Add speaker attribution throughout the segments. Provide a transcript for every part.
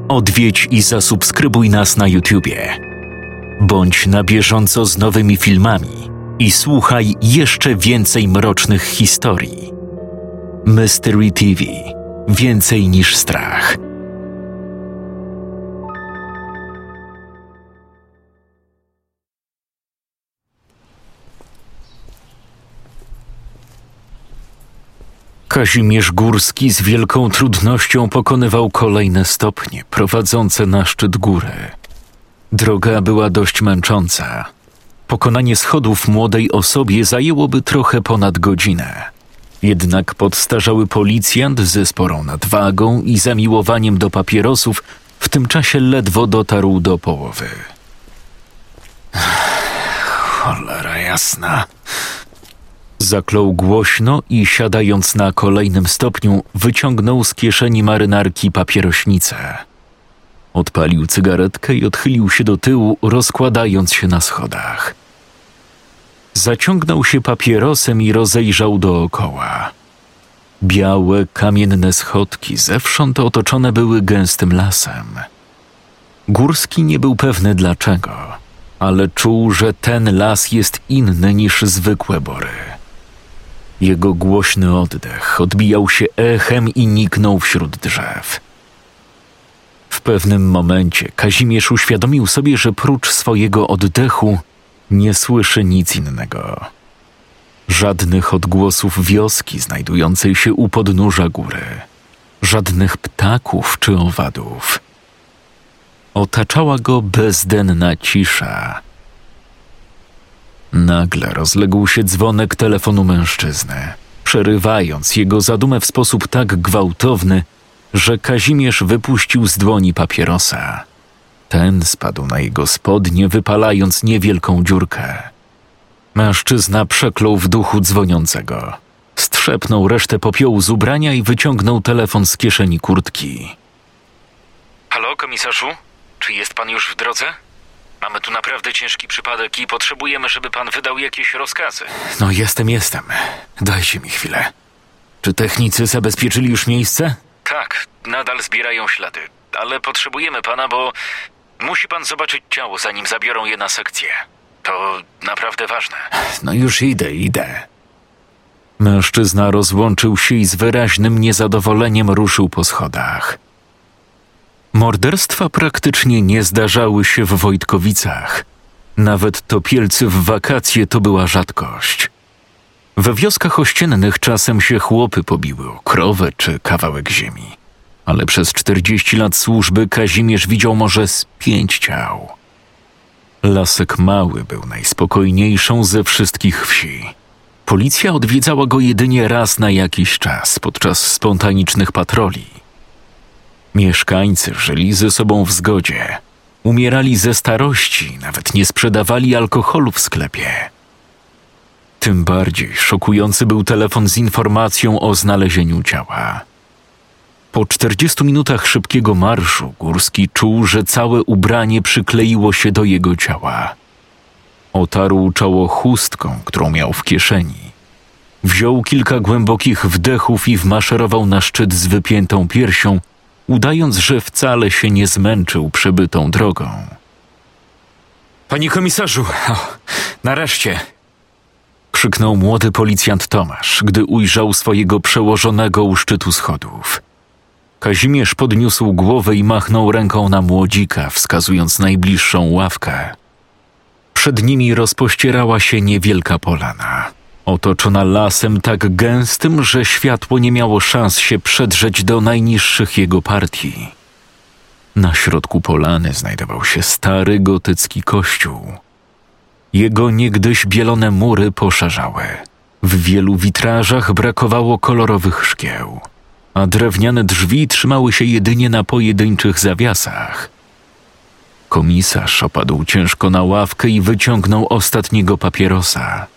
Speaker 1: Odwiedź i zasubskrybuj nas na YouTubie. Bądź na bieżąco z nowymi filmami i słuchaj jeszcze więcej mrocznych historii. Mystery TV. Więcej niż strach. Kazimierz Górski z wielką trudnością pokonywał kolejne stopnie prowadzące na szczyt góry. Droga była dość męcząca. Pokonanie schodów młodej osobie zajęłoby trochę ponad godzinę. Jednak podstarzały policjant ze sporą nadwagą i zamiłowaniem do papierosów w tym czasie ledwo dotarł do połowy. Cholera jasna. Zaklął głośno i siadając na kolejnym stopniu, wyciągnął z kieszeni marynarki papierośnicę. Odpalił cygaretkę i odchylił się do tyłu, rozkładając się na schodach. Zaciągnął się papierosem i rozejrzał dookoła. Białe, kamienne schodki zewsząd otoczone były gęstym lasem. Górski nie był pewny dlaczego, ale czuł, że ten las jest inny niż zwykłe bory. Jego głośny oddech odbijał się echem i niknął wśród drzew. W pewnym momencie Kazimierz uświadomił sobie, że prócz swojego oddechu nie słyszy nic innego. Żadnych odgłosów wioski znajdującej się u podnóża góry. Żadnych ptaków czy owadów. Otaczała go bezdenna cisza. Nagle rozległ się dzwonek telefonu mężczyzny, przerywając jego zadumę w sposób tak gwałtowny, że Kazimierz wypuścił z dłoni papierosa. Ten spadł na jego spodnie, wypalając niewielką dziurkę. Mężczyzna przeklął w duchu dzwoniącego. Strzepnął resztę popiołu z ubrania i wyciągnął telefon z kieszeni kurtki.
Speaker 2: Halo, komisarzu? Czy jest pan już w drodze? Mamy tu naprawdę ciężki przypadek i potrzebujemy, żeby pan wydał jakieś rozkazy.
Speaker 1: No jestem. Dajcie mi chwilę. Czy technicy zabezpieczyli już miejsce?
Speaker 2: Tak, nadal zbierają ślady, ale potrzebujemy pana, bo musi pan zobaczyć ciało, zanim zabiorą je na sekcję. To naprawdę ważne.
Speaker 1: No już idę. Mężczyzna rozłączył się i z wyraźnym niezadowoleniem ruszył po schodach. Morderstwa praktycznie nie zdarzały się w Wojtkowicach. Nawet topielcy w wakacje to była rzadkość. We wioskach ościennych czasem się chłopy pobiły o krowę czy kawałek ziemi. Ale przez 40 lat służby Kazimierz widział może z 5 ciał. Lasek Mały był najspokojniejszą ze wszystkich wsi. Policja odwiedzała go jedynie raz na jakiś czas podczas spontanicznych patroli. Mieszkańcy żyli ze sobą w zgodzie. Umierali ze starości, nawet nie sprzedawali alkoholu w sklepie. Tym bardziej szokujący był telefon z informacją o znalezieniu ciała. Po 40 minutach szybkiego marszu Górski czuł, że całe ubranie przykleiło się do jego ciała. Otarł czoło chustką, którą miał w kieszeni. Wziął kilka głębokich wdechów i wmaszerował na szczyt z wypiętą piersią, udając, że wcale się nie zmęczył przebytą drogą.
Speaker 2: Panie komisarzu, nareszcie!
Speaker 1: Krzyknął młody policjant Tomasz, gdy ujrzał swojego przełożonego u szczytu schodów. Kazimierz podniósł głowę i machnął ręką na młodzika, wskazując najbliższą ławkę. Przed nimi rozpościerała się niewielka polana, otoczona lasem tak gęstym, że światło nie miało szans się przedrzeć do najniższych jego partii. Na środku polany znajdował się stary gotycki kościół. Jego niegdyś bielone mury poszarzały. W wielu witrażach brakowało kolorowych szkieł, a drewniane drzwi trzymały się jedynie na pojedynczych zawiasach. Komisarz opadł ciężko na ławkę i wyciągnął ostatniego papierosa.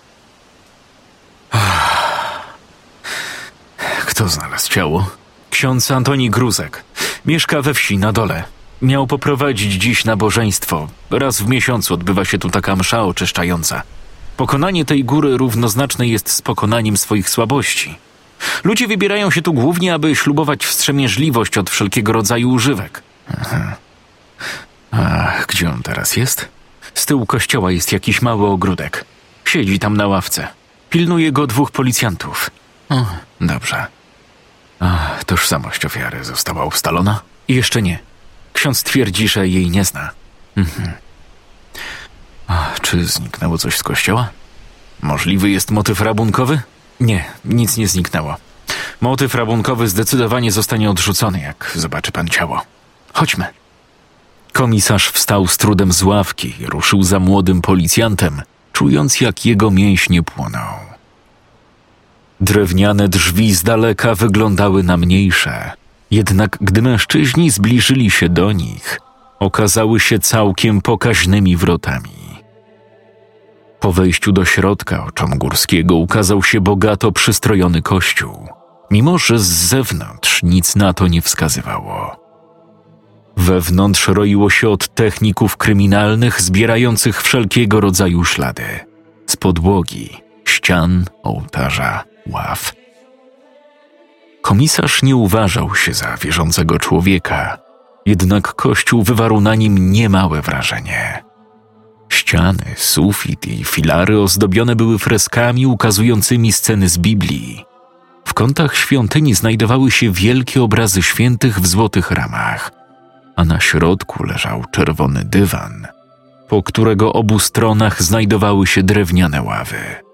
Speaker 1: Kto znalazł ciało?
Speaker 2: Ksiądz Antoni Gruzek. Mieszka we wsi na dole. Miał poprowadzić dziś nabożeństwo. Raz w miesiącu odbywa się tu taka msza oczyszczająca. Pokonanie tej góry równoznaczne jest z pokonaniem swoich słabości. Ludzie wybierają się tu głównie, aby ślubować wstrzemięźliwość od wszelkiego rodzaju używek. A gdzie on teraz jest? Z tyłu kościoła jest jakiś mały ogródek. Siedzi tam na ławce. Pilnuje go 2 policjantów. O, dobrze. A tożsamość ofiary została ustalona? Jeszcze nie. Ksiądz twierdzi, że jej nie zna. A czy zniknęło coś z kościoła? Możliwy jest motyw rabunkowy? Nie, nic nie zniknęło. Motyw rabunkowy zdecydowanie zostanie odrzucony, jak zobaczy pan ciało. Chodźmy. Komisarz wstał z trudem z ławki i ruszył za młodym policjantem, czując, jak jego mięśnie płoną. Drewniane drzwi z daleka wyglądały na mniejsze, jednak gdy mężczyźni zbliżyli się do nich, okazały się całkiem pokaźnymi wrotami. Po wejściu do środka oczom Górskiego ukazał się bogato przystrojony kościół, mimo że z zewnątrz nic na to nie wskazywało. Wewnątrz roiło się od techników kryminalnych zbierających wszelkiego rodzaju ślady z podłogi, ścian, ołtarza, ław. Komisarz nie uważał się za wierzącego człowieka, jednak kościół wywarł na nim niemałe wrażenie. Ściany, sufit i filary ozdobione były freskami ukazującymi sceny z Biblii. W kątach świątyni znajdowały się wielkie obrazy świętych w złotych ramach, a na środku leżał czerwony dywan, po którego obu stronach znajdowały się drewniane ławy.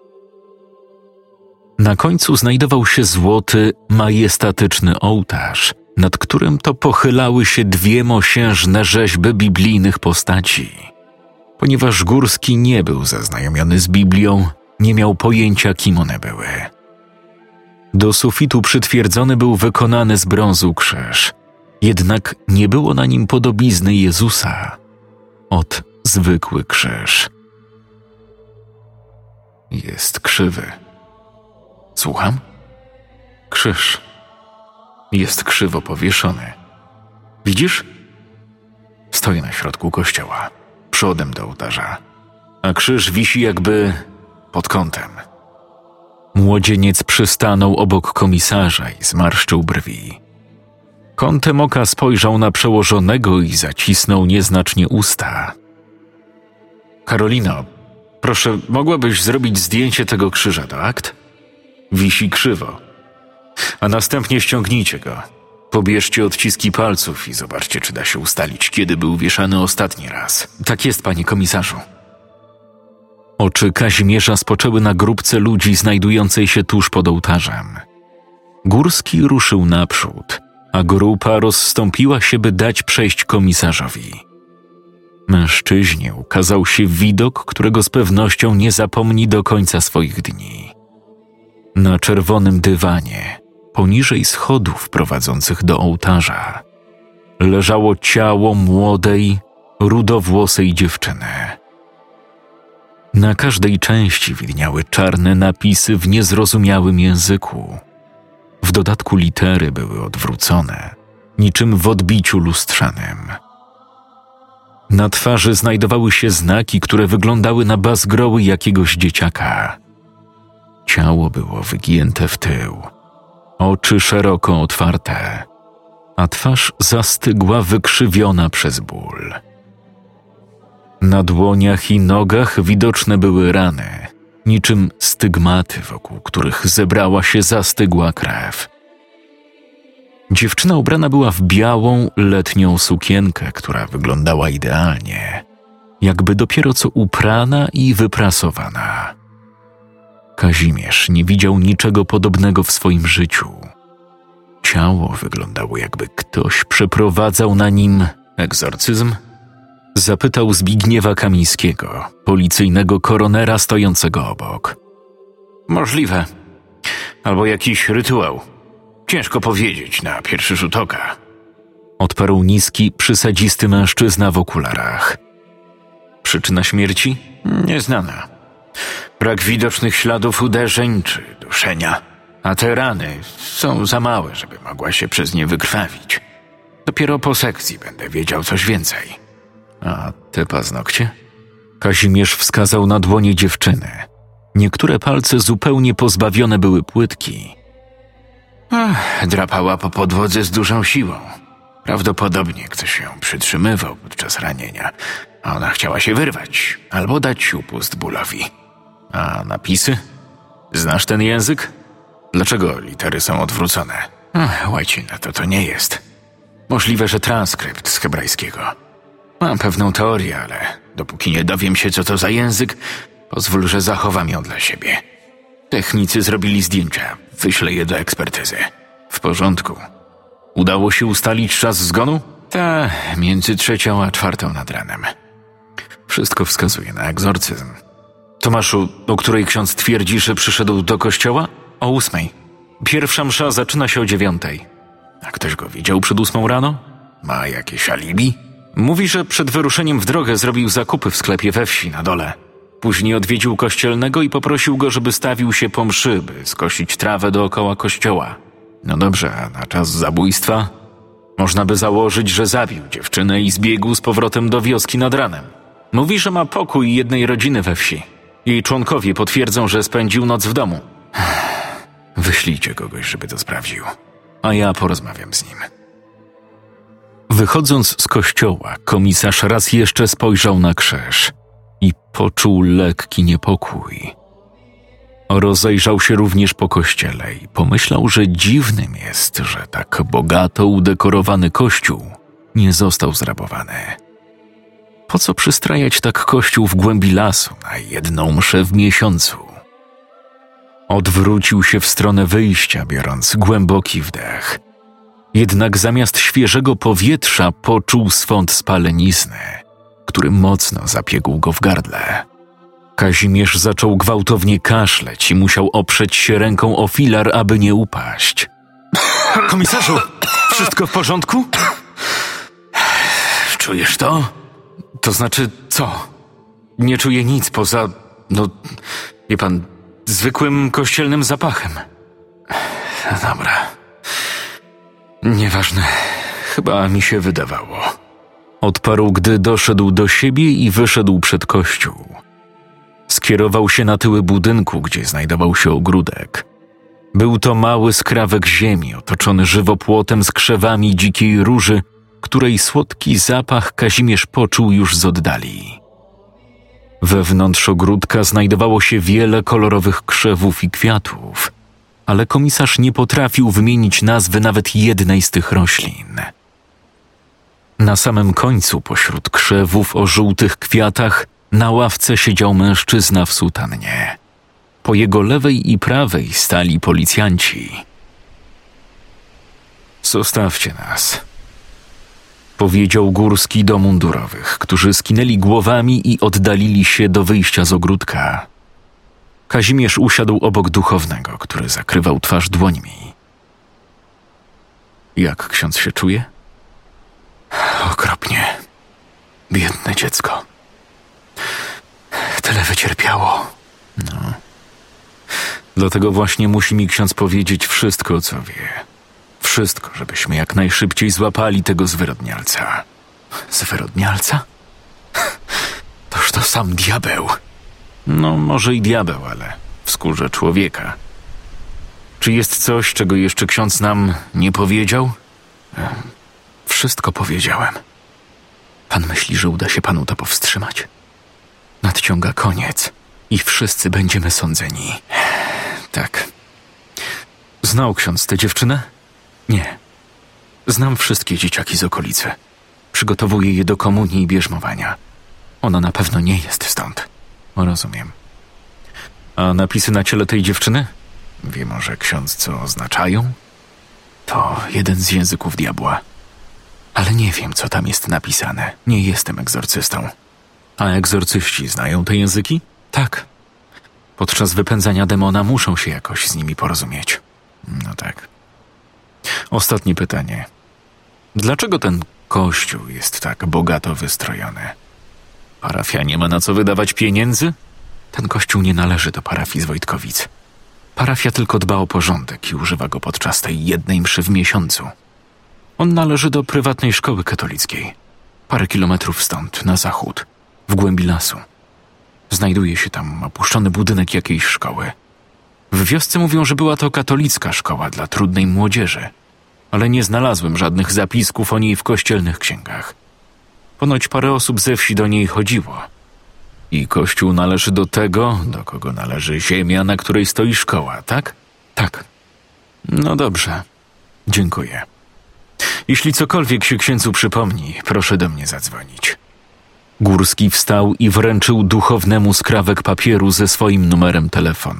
Speaker 2: Na końcu znajdował się złoty, majestatyczny ołtarz, nad którym to pochylały się 2 mosiężne rzeźby biblijnych postaci. Ponieważ Górski nie był zaznajomiony z Biblią, nie miał pojęcia, kim one były. Do sufitu przytwierdzony był wykonany z brązu krzyż, jednak nie było na nim podobizny Jezusa. Ot, zwykły krzyż. Jest krzywy. Słucham? Krzyż. Jest krzywo powieszony. Widzisz? Stoję na środku kościoła, przodem do ołtarza, a krzyż wisi jakby pod kątem. Młodzieniec przystanął obok komisarza i zmarszczył brwi. Kątem oka spojrzał na przełożonego i zacisnął nieznacznie usta. Karolino, proszę, mogłabyś zrobić zdjęcie tego krzyża do akt? Wisi krzywo. A następnie ściągnijcie go. Pobierzcie odciski palców i zobaczcie, czy da się ustalić, kiedy był wieszany ostatni raz. Tak jest, panie komisarzu. Oczy Kazimierza spoczęły na grupce ludzi znajdującej się tuż pod ołtarzem. Górski ruszył naprzód, a grupa rozstąpiła się, by dać przejść komisarzowi. Mężczyźnie ukazał się widok, którego z pewnością nie zapomni do końca swoich dni. Na czerwonym dywanie, poniżej schodów prowadzących do ołtarza, leżało ciało młodej, rudowłosej dziewczyny. Na każdej części widniały czarne napisy w niezrozumiałym języku. W dodatku litery były odwrócone, niczym w odbiciu lustrzanym. Na twarzy znajdowały się znaki, które wyglądały na bazgroły jakiegoś dzieciaka. Ciało było wygięte w tył, oczy szeroko otwarte, a twarz zastygła, wykrzywiona przez ból. Na dłoniach i nogach widoczne były rany, niczym stygmaty, wokół których zebrała się zastygła krew. Dziewczyna ubrana była w białą, letnią sukienkę, która wyglądała idealnie, jakby dopiero co uprana i wyprasowana. Kazimierz nie widział niczego podobnego w swoim życiu. Ciało wyglądało, jakby ktoś przeprowadzał na nim egzorcyzm. Zapytał Zbigniewa Kamińskiego, policyjnego koronera stojącego obok. Możliwe. Albo jakiś rytuał. Ciężko powiedzieć na pierwszy rzut oka. Odparł niski, przysadzisty mężczyzna w okularach. Przyczyna śmierci? Nieznana. Brak widocznych śladów uderzeń czy duszenia. A te rany są za małe, żeby mogła się przez nie wykrwawić. Dopiero po sekcji będę wiedział coś więcej. A te paznokcie? Kazimierz wskazał na dłonie dziewczyny. Niektóre palce zupełnie pozbawione były płytki. Drapała po podłodze z dużą siłą. Prawdopodobnie ktoś ją przytrzymywał podczas ranienia, a ona chciała się wyrwać albo dać upust bólowi. A napisy? Znasz ten język? Dlaczego litery są odwrócone? Łajcina to nie jest. Możliwe, że transkrypt z hebrajskiego. Mam pewną teorię, ale dopóki nie dowiem się, co to za język, pozwól, że zachowam ją dla siebie. Technicy zrobili zdjęcia. Wyślę je do ekspertyzy. W porządku. Udało się ustalić czas zgonu? Między 3 a 4 nad ranem. Wszystko wskazuje na egzorcyzm. Tomaszu, o której ksiądz twierdzi, że przyszedł do kościoła? O 8. Pierwsza msza zaczyna się o 9. A ktoś go widział przed 8 rano? Ma jakieś alibi? Mówi, że przed wyruszeniem w drogę zrobił zakupy w sklepie we wsi na dole. Później odwiedził kościelnego i poprosił go, żeby stawił się po mszy, by skosić trawę dookoła kościoła. No dobrze, a na czas zabójstwa? Można by założyć, że zabił dziewczynę i zbiegł z powrotem do wioski nad ranem. Mówi, że ma pokój jednej rodziny we wsi. Jej członkowie potwierdzą, że spędził noc w domu. Wyślijcie kogoś, żeby to sprawdził, a ja porozmawiam z nim. Wychodząc z kościoła, komisarz raz jeszcze spojrzał na krzyż i poczuł lekki niepokój. Rozejrzał się również po kościele i pomyślał, że dziwnym jest, że tak bogato udekorowany kościół nie został zrabowany. Po co przystrajać tak kościół w głębi lasu na jedną mszę w miesiącu? Odwrócił się w stronę wyjścia, biorąc głęboki wdech. Jednak zamiast świeżego powietrza poczuł swąd spalenizny, który mocno zapiegł go w gardle. Kazimierz zaczął gwałtownie kaszleć i musiał oprzeć się ręką o filar, aby nie upaść. Komisarzu, wszystko w porządku? Czujesz to? To znaczy co? Nie czuję nic poza, wie pan, zwykłym kościelnym zapachem. Dobra. Nieważne. Chyba mi się wydawało. Odparł, gdy doszedł do siebie i wyszedł przed kościół. Skierował się na tyły budynku, gdzie znajdował się ogródek. Był to mały skrawek ziemi, otoczony żywopłotem z krzewami dzikiej róży, której słodki zapach Kazimierz poczuł już z oddali. Wewnątrz ogródka znajdowało się wiele kolorowych krzewów i kwiatów, ale komisarz nie potrafił wymienić nazwy nawet jednej z tych roślin. Na samym końcu, pośród krzewów o żółtych kwiatach, na ławce siedział mężczyzna w sutannie. Po jego lewej i prawej stali policjanci. Zostawcie nas, powiedział Górski do mundurowych, którzy skinęli głowami i oddalili się do wyjścia z ogródka. Kazimierz usiadł obok duchownego, który zakrywał twarz dłońmi. Jak ksiądz się czuje? Okropnie. Biedne dziecko. Tyle wycierpiało. Dlatego właśnie musi mi ksiądz powiedzieć wszystko, co wie. Wszystko, żebyśmy jak najszybciej złapali tego zwyrodnialca. Zwyrodnialca? Toż to sam diabeł. Może i diabeł, ale w skórze człowieka. Czy jest coś, czego jeszcze ksiądz nam nie powiedział? Wszystko powiedziałem. Pan myśli, że uda się panu to powstrzymać? Nadciąga koniec i wszyscy będziemy sądzeni. Tak. Znał ksiądz tę dziewczynę? Nie. Znam wszystkie dzieciaki z okolicy. Przygotowuję je do komunii i bierzmowania. Ona na pewno nie jest stąd. Rozumiem. A napisy na ciele tej dziewczyny? Wie może ksiądz, co oznaczają? To jeden z języków diabła. Ale nie wiem, co tam jest napisane. Nie jestem egzorcystą. A egzorcyści znają te języki? Tak. Podczas wypędzania demona muszą się jakoś z nimi porozumieć. No tak. Ostatnie pytanie. Dlaczego ten kościół jest tak bogato wystrojony? Parafia nie ma na co wydawać pieniędzy? Ten kościół nie należy do parafii z Wojtkowic. Parafia tylko dba o porządek i używa go podczas tej jednej mszy w miesiącu. On należy do prywatnej szkoły katolickiej. Parę kilometrów stąd, na zachód, w głębi lasu. Znajduje się tam opuszczony budynek jakiejś szkoły. W wiosce mówią, że była to katolicka szkoła dla trudnej młodzieży. ale nie znalazłem żadnych zapisków o niej w kościelnych księgach. Ponoć parę osób ze wsi do niej chodziło. I kościół należy do tego, do kogo należy ziemia, na której stoi szkoła, tak? Tak. No dobrze. Dziękuję. Jeśli cokolwiek się księdzu przypomni, proszę do mnie zadzwonić. Górski wstał i wręczył duchownemu skrawek papieru ze swoim numerem telefonu.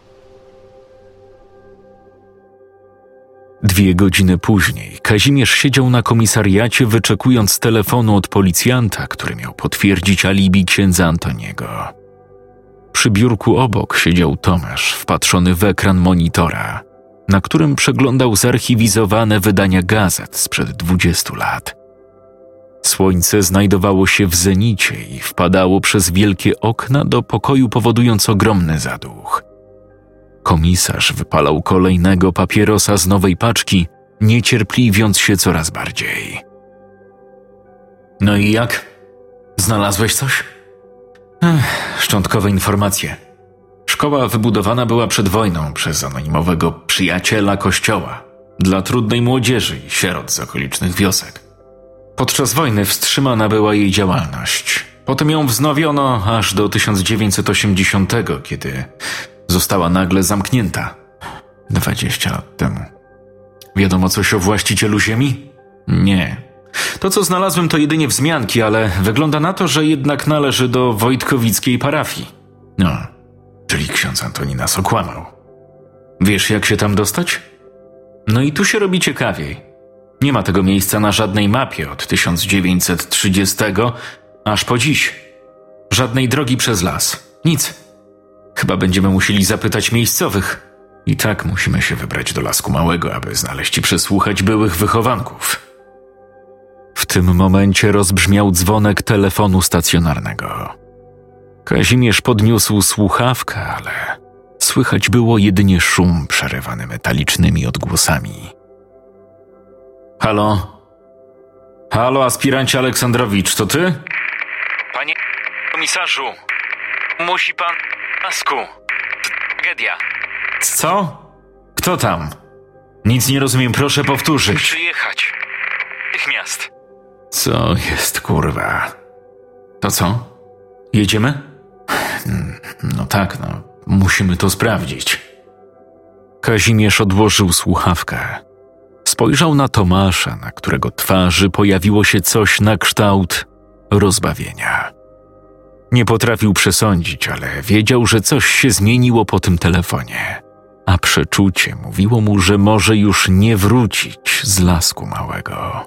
Speaker 2: 2 godziny później Kazimierz siedział na komisariacie, wyczekując telefonu od policjanta, który miał potwierdzić alibi księdza Antoniego. Przy biurku obok siedział Tomasz, wpatrzony w ekran monitora, na którym przeglądał zarchiwizowane wydania gazet sprzed 20 lat. Słońce znajdowało się w zenicie i wpadało przez wielkie okna do pokoju, powodując ogromny zaduch. Komisarz wypalał kolejnego papierosa z nowej paczki, niecierpliwiąc się coraz bardziej. No i jak? Znalazłeś coś? Szczątkowe informacje. Szkoła wybudowana była przed wojną przez anonimowego przyjaciela kościoła dla trudnej młodzieży i sierot z okolicznych wiosek. Podczas wojny wstrzymana była jej działalność. Potem ją wznowiono aż do 1980, kiedy została nagle zamknięta. 20 lat temu. Wiadomo coś o właścicielu ziemi? Nie. To, co znalazłem, to jedynie wzmianki, ale wygląda na to, że jednak należy do wojtkowickiej parafii. No, czyli ksiądz Antoni nas okłamał. Wiesz, jak się tam dostać? No i tu się robi ciekawiej. Nie ma tego miejsca na żadnej mapie od 1930 aż po dziś. Żadnej drogi przez las. Nic. Chyba będziemy musieli zapytać miejscowych. I tak musimy się wybrać do Lasku Małego, aby znaleźć i przesłuchać byłych wychowanków. W tym momencie rozbrzmiał dzwonek telefonu stacjonarnego. Kazimierz podniósł słuchawkę, ale słychać było jedynie szum przerywany metalicznymi odgłosami. Halo? Halo, aspirancie Aleksandrowicz, to ty?
Speaker 1: Panie komisarzu, musi pan... Lasku, tragedia.
Speaker 2: Co? Kto tam? Nic nie rozumiem, proszę powtórzyć.
Speaker 1: Przyjechać. Natychmiast.
Speaker 2: Co jest, kurwa? To co? Jedziemy? No tak, musimy to sprawdzić. Kazimierz odłożył słuchawkę. Spojrzał na Tomasza, na którego twarzy pojawiło się coś na kształt rozbawienia. Nie potrafił przesądzić, ale wiedział, że coś się zmieniło po tym telefonie, a przeczucie mówiło mu, że może już nie wrócić z Lasku Małego.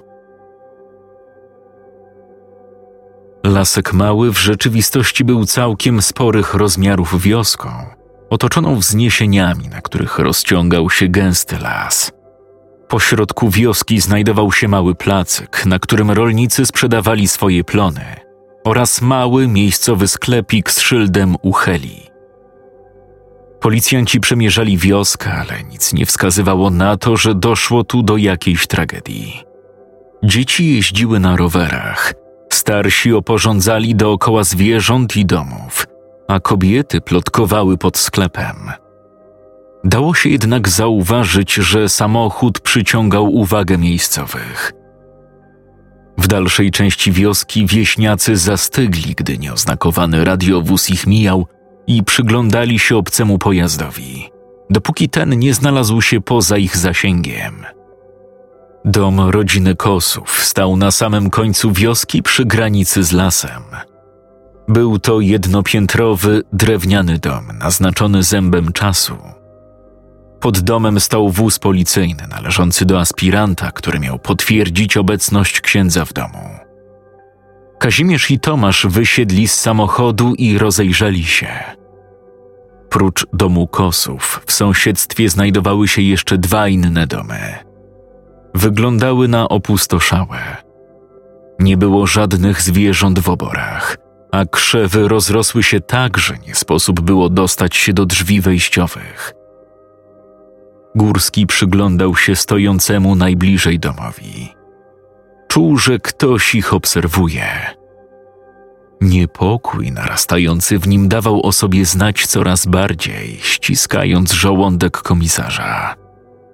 Speaker 2: Lasek Mały w rzeczywistości był całkiem sporych rozmiarów wioską, otoczoną wzniesieniami, na których rozciągał się gęsty las. Pośrodku wioski znajdował się mały placyk, na którym rolnicy sprzedawali swoje plony, oraz mały miejscowy sklepik z szyldem u Heli. Policjanci przemierzali wioskę, ale nic nie wskazywało na to, że doszło tu do jakiejś tragedii. Dzieci jeździły na rowerach, starsi oporządzali dookoła zwierząt i domów, a kobiety plotkowały pod sklepem. Dało się jednak zauważyć, że samochód przyciągał uwagę miejscowych. W dalszej części wioski wieśniacy zastygli, gdy nieoznakowany radiowóz ich mijał i przyglądali się obcemu pojazdowi, dopóki ten nie znalazł się poza ich zasięgiem. Dom rodziny Kosów stał na samym końcu wioski przy granicy z lasem. Był to jednopiętrowy, drewniany dom naznaczony zębem czasu. Pod domem stał wóz policyjny należący do aspiranta, który miał potwierdzić obecność księdza w domu. Kazimierz i Tomasz wysiedli z samochodu i rozejrzeli się. Prócz domu Kosów w sąsiedztwie znajdowały się jeszcze 2 inne domy. Wyglądały na opustoszałe. Nie było żadnych zwierząt w oborach, a krzewy rozrosły się tak, że nie sposób było dostać się do drzwi wejściowych. Górski przyglądał się stojącemu najbliżej domowi. Czuł, że ktoś ich obserwuje. Niepokój narastający w nim dawał o sobie znać coraz bardziej, ściskając żołądek komisarza.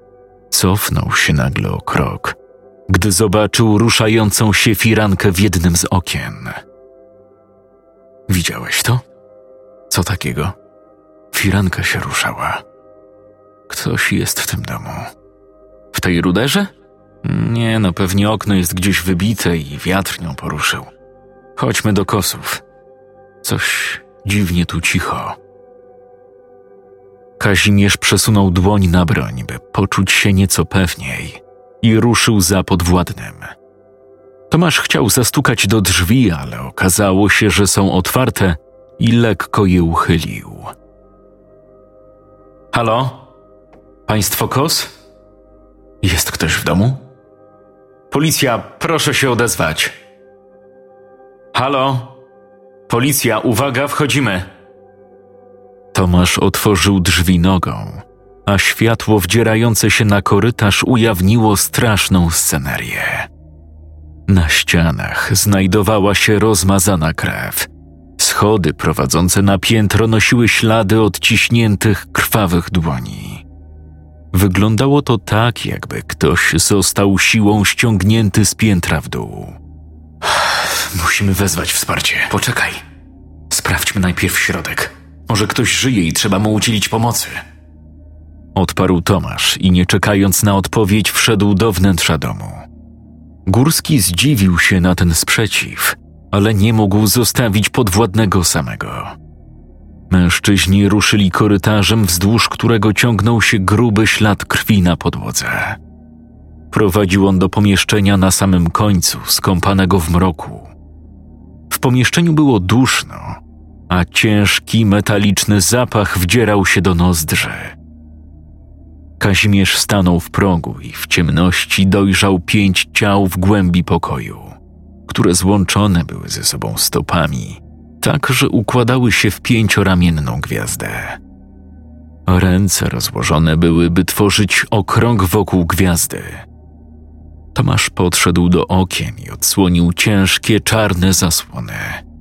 Speaker 1: Cofnął się nagle o krok, gdy zobaczył ruszającą się firankę w jednym z okien. Widziałeś to? Co takiego? Firanka się ruszała. Ktoś jest w tym domu. W tej ruderze? Nie, no pewnie okno jest gdzieś wybite i wiatr nią poruszył. Chodźmy do kosów. Coś dziwnie tu cicho. Kazimierz przesunął dłoń na broń, by poczuć się nieco pewniej i ruszył za podwładnym. Tomasz chciał zastukać do drzwi, ale okazało się, że są otwarte i lekko je uchylił. Halo? Państwo KOS? Jest ktoś w domu? Policja, proszę się odezwać. Halo? Policja, uwaga, wchodzimy. Tomasz otworzył drzwi nogą, a światło wdzierające się na korytarz ujawniło straszną scenerię. Na ścianach znajdowała się rozmazana krew. Schody prowadzące na piętro nosiły ślady odciśniętych, krwawych dłoni. Wyglądało to tak, jakby ktoś został siłą ściągnięty z piętra w dół. Musimy wezwać wsparcie. Poczekaj. Sprawdźmy najpierw środek. Może ktoś żyje i trzeba mu udzielić pomocy. Odparł Tomasz i nie czekając na odpowiedź wszedł do wnętrza domu. Górski zdziwił się na ten sprzeciw, ale nie mógł zostawić podwładnego samego. Mężczyźni ruszyli korytarzem, wzdłuż którego ciągnął się gruby ślad krwi na podłodze. Prowadził on do pomieszczenia na samym końcu, skąpanego w mroku. W pomieszczeniu było duszno, a ciężki, metaliczny zapach wdzierał się do nozdrzy. Kazimierz stanął w progu i w ciemności dojrzał 5 ciał w głębi pokoju, które złączone były ze sobą stopami, tak że układały się w 5-ramienną gwiazdę. Ręce rozłożone były, by tworzyć okrąg wokół gwiazdy. Tomasz podszedł do okien i odsłonił ciężkie, czarne zasłony.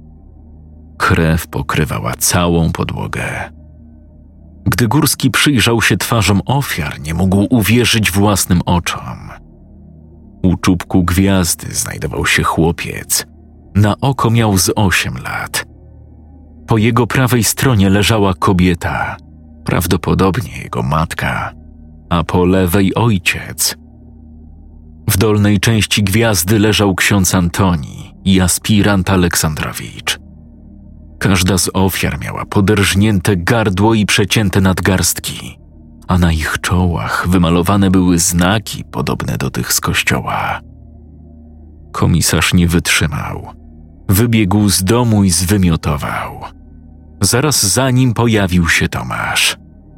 Speaker 1: Krew pokrywała całą podłogę. Gdy Górski przyjrzał się twarzom ofiar, nie mógł uwierzyć własnym oczom. U czubku gwiazdy znajdował się chłopiec. Na oko miał z 8 lat. Po jego prawej stronie leżała kobieta, prawdopodobnie jego matka, a po lewej ojciec. W dolnej części gwiazdy leżał ksiądz Antoni i aspirant Aleksandrowicz. Każda z ofiar miała poderżnięte gardło i przecięte nadgarstki, a na ich czołach wymalowane były znaki podobne do tych z kościoła. Komisarz nie wytrzymał. Wybiegł z domu i zwymiotował. Zaraz za nim pojawił się Tomasz.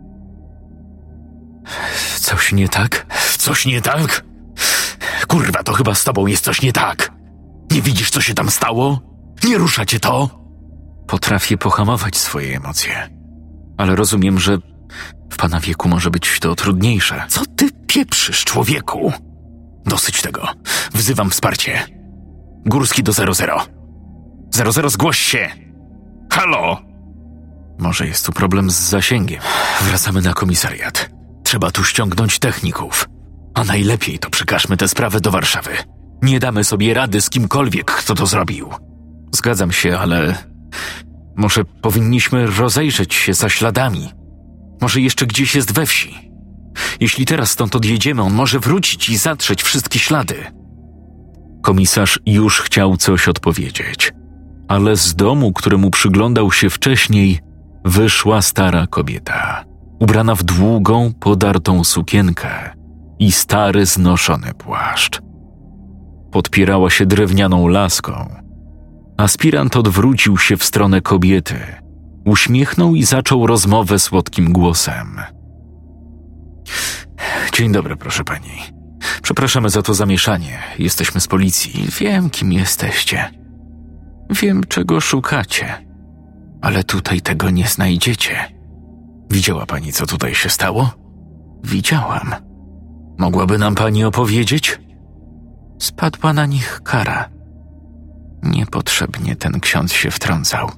Speaker 1: Coś nie tak? Coś nie tak? Kurwa, to chyba z tobą jest coś nie tak. Nie widzisz, co się tam stało? Nie rusza cię to? Potrafię pohamować swoje emocje, ale rozumiem, że w pana wieku może być to trudniejsze. Co ty pieprzysz, człowieku? Dosyć tego. Wzywam wsparcie. Górski do 00. 00, zgłoś się! Halo! Może jest tu problem z zasięgiem. Wracamy na komisariat. Trzeba tu ściągnąć techników. A najlepiej to przekażmy tę sprawę do Warszawy. Nie damy sobie rady z kimkolwiek, kto to zrobił. Zgadzam się, ale może powinniśmy rozejrzeć się za śladami. Może jeszcze gdzieś jest we wsi. Jeśli teraz stąd odjedziemy, on może wrócić i zatrzeć wszystkie ślady. Komisarz już chciał coś odpowiedzieć, ale z domu, któremu przyglądał się wcześniej, wyszła stara kobieta, ubrana w długą, podartą sukienkę i stary, znoszony płaszcz. Podpierała się drewnianą laską. Aspirant odwrócił się w stronę kobiety, uśmiechnął i zaczął rozmowę słodkim głosem. Dzień dobry, proszę pani. Przepraszamy za to zamieszanie. Jesteśmy z policji. Wiem, kim jesteście. Wiem, czego szukacie. Ale tutaj tego nie znajdziecie. Widziała pani, co tutaj się stało? Widziałam. Mogłaby nam pani opowiedzieć? Spadła na nich kara. Niepotrzebnie ten ksiądz się wtrącał.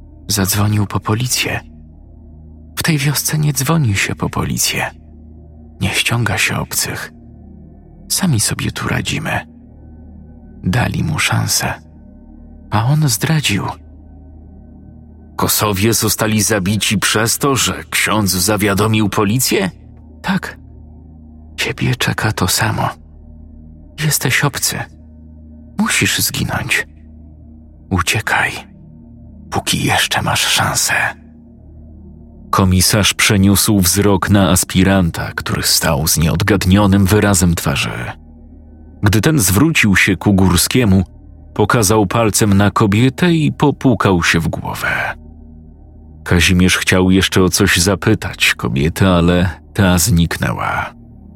Speaker 1: Zadzwonił po policję. W tej wiosce nie dzwoni się po policję. Nie ściąga się obcych. Sami sobie tu radzimy. Dali mu szansę, a on zdradził.
Speaker 2: Kosowie zostali zabici przez to, że ksiądz zawiadomił policję?
Speaker 1: Tak. Ciebie czeka to samo. Jesteś obcy. Musisz zginąć. Uciekaj, póki jeszcze masz szansę.
Speaker 2: Komisarz przeniósł wzrok na aspiranta, który stał z nieodgadnionym wyrazem twarzy. Gdy ten zwrócił się ku Górskiemu, pokazał palcem na kobietę i popukał się w głowę. Kazimierz chciał jeszcze o coś zapytać kobietę, ale ta zniknęła.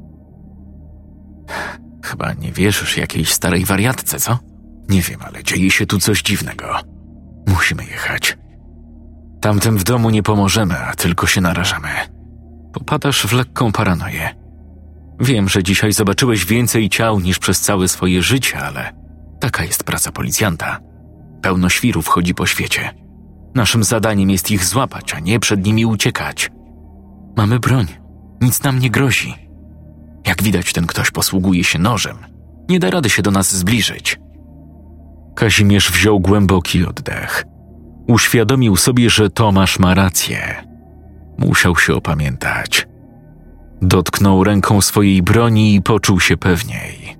Speaker 1: Chyba nie wierzysz jakiejś starej wariatce, co?
Speaker 2: Nie wiem, ale dzieje się tu coś dziwnego.
Speaker 1: Musimy jechać.
Speaker 2: Tamtym w domu nie pomożemy, a tylko się narażamy.
Speaker 1: Popadasz w lekką paranoję. Wiem, że dzisiaj zobaczyłeś więcej ciał niż przez całe swoje życie, ale taka jest praca policjanta. Pełno świrów chodzi po świecie. Naszym zadaniem jest ich złapać, a nie przed nimi uciekać. Mamy broń. Nic nam nie grozi. Jak widać, ten ktoś posługuje się nożem. Nie da rady się do nas zbliżyć.
Speaker 2: Kazimierz wziął głęboki oddech. Uświadomił sobie, że Tomasz ma rację. Musiał się opamiętać. Dotknął ręką swojej broni i poczuł się pewniej.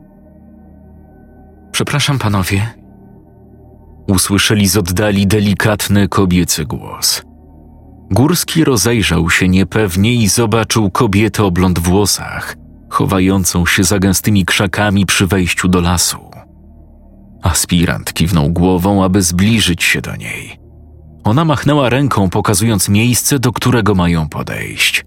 Speaker 1: Przepraszam, panowie.
Speaker 2: Usłyszeli z oddali delikatny kobiecy głos. Górski rozejrzał się niepewnie i zobaczył kobietę o blond włosach, chowającą się za gęstymi krzakami przy wejściu do lasu. Aspirant kiwnął głową, aby zbliżyć się do niej. Ona machnęła ręką, pokazując miejsce, do którego mają podejść.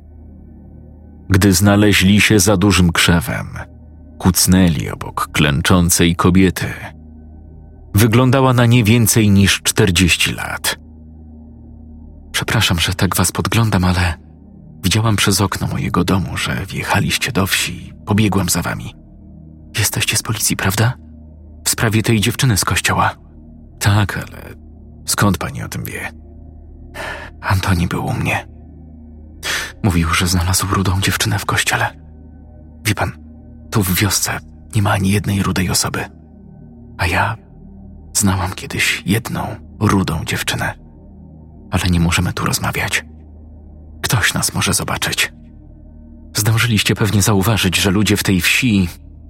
Speaker 2: Gdy znaleźli się za dużym krzewem, kucnęli obok klęczącej kobiety. Wyglądała na nie więcej niż 40 lat.
Speaker 1: Przepraszam, że tak was podglądam, ale widziałam przez okno mojego domu, że wjechaliście do wsi i pobiegłam za wami. Jesteście z policji, prawda? W sprawie tej dziewczyny z kościoła.
Speaker 2: Tak, ale skąd pani o tym wie?
Speaker 1: Antoni był u mnie. Mówił, że znalazł rudą dziewczynę w kościele. Wie pan, tu w wiosce nie ma ani jednej rudej osoby. A ja znałam kiedyś jedną rudą dziewczynę. Ale nie możemy tu rozmawiać. Ktoś nas może zobaczyć. Zdążyliście pewnie zauważyć, że ludzie w tej wsi...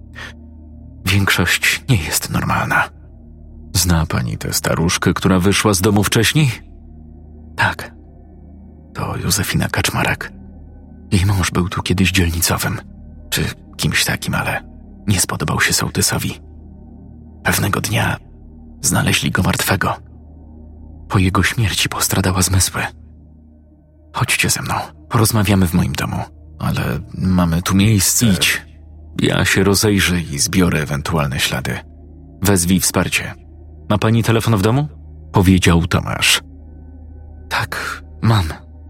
Speaker 1: Większość nie jest normalna.
Speaker 2: Zna pani tę staruszkę, która wyszła z domu wcześniej?
Speaker 1: Tak. To Józefina Kaczmarek. Jej mąż był tu kiedyś dzielnicowym, czy kimś takim, ale nie spodobał się sołtysowi. Pewnego dnia znaleźli go martwego. Po jego śmierci postradała zmysły. Chodźcie ze mną, porozmawiamy w moim domu.
Speaker 2: Ale mamy tu miejsce.
Speaker 1: Idź. Ja się rozejrzę i zbiorę ewentualne ślady. Wezwij wsparcie. Ma pani telefon w domu?
Speaker 2: Powiedział Tomasz.
Speaker 1: Tak, mam.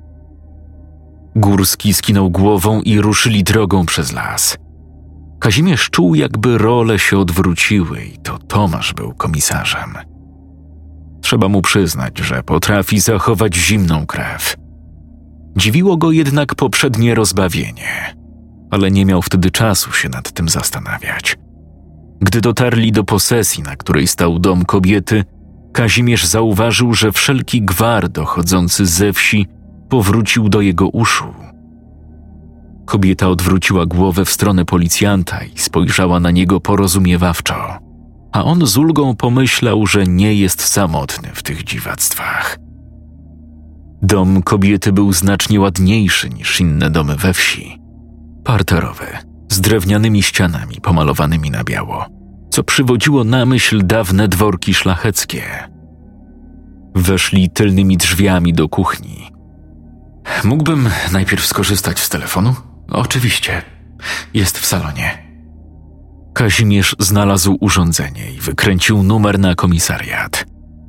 Speaker 2: Górski skinął głową i ruszyli drogą przez las. Kazimierz czuł, jakby role się odwróciły i to Tomasz był komisarzem. Trzeba mu przyznać, że potrafi zachować zimną krew. Dziwiło go jednak poprzednie rozbawienie, ale nie miał wtedy czasu się nad tym zastanawiać. Gdy dotarli do posesji, na której stał dom kobiety, Kazimierz zauważył, że wszelki gwar dochodzący ze wsi powrócił do jego uszu. Kobieta odwróciła głowę w stronę policjanta i spojrzała na niego porozumiewawczo, a on z ulgą pomyślał, że nie jest samotny w tych dziwactwach. Dom kobiety był znacznie ładniejszy niż inne domy we wsi. Parterowy, z drewnianymi ścianami pomalowanymi na biało, co przywodziło na myśl dawne dworki szlacheckie. Weszli tylnymi drzwiami do kuchni.
Speaker 1: Mógłbym najpierw skorzystać z telefonu? Oczywiście. Jest w salonie.
Speaker 2: Kazimierz znalazł urządzenie i wykręcił numer na komisariat.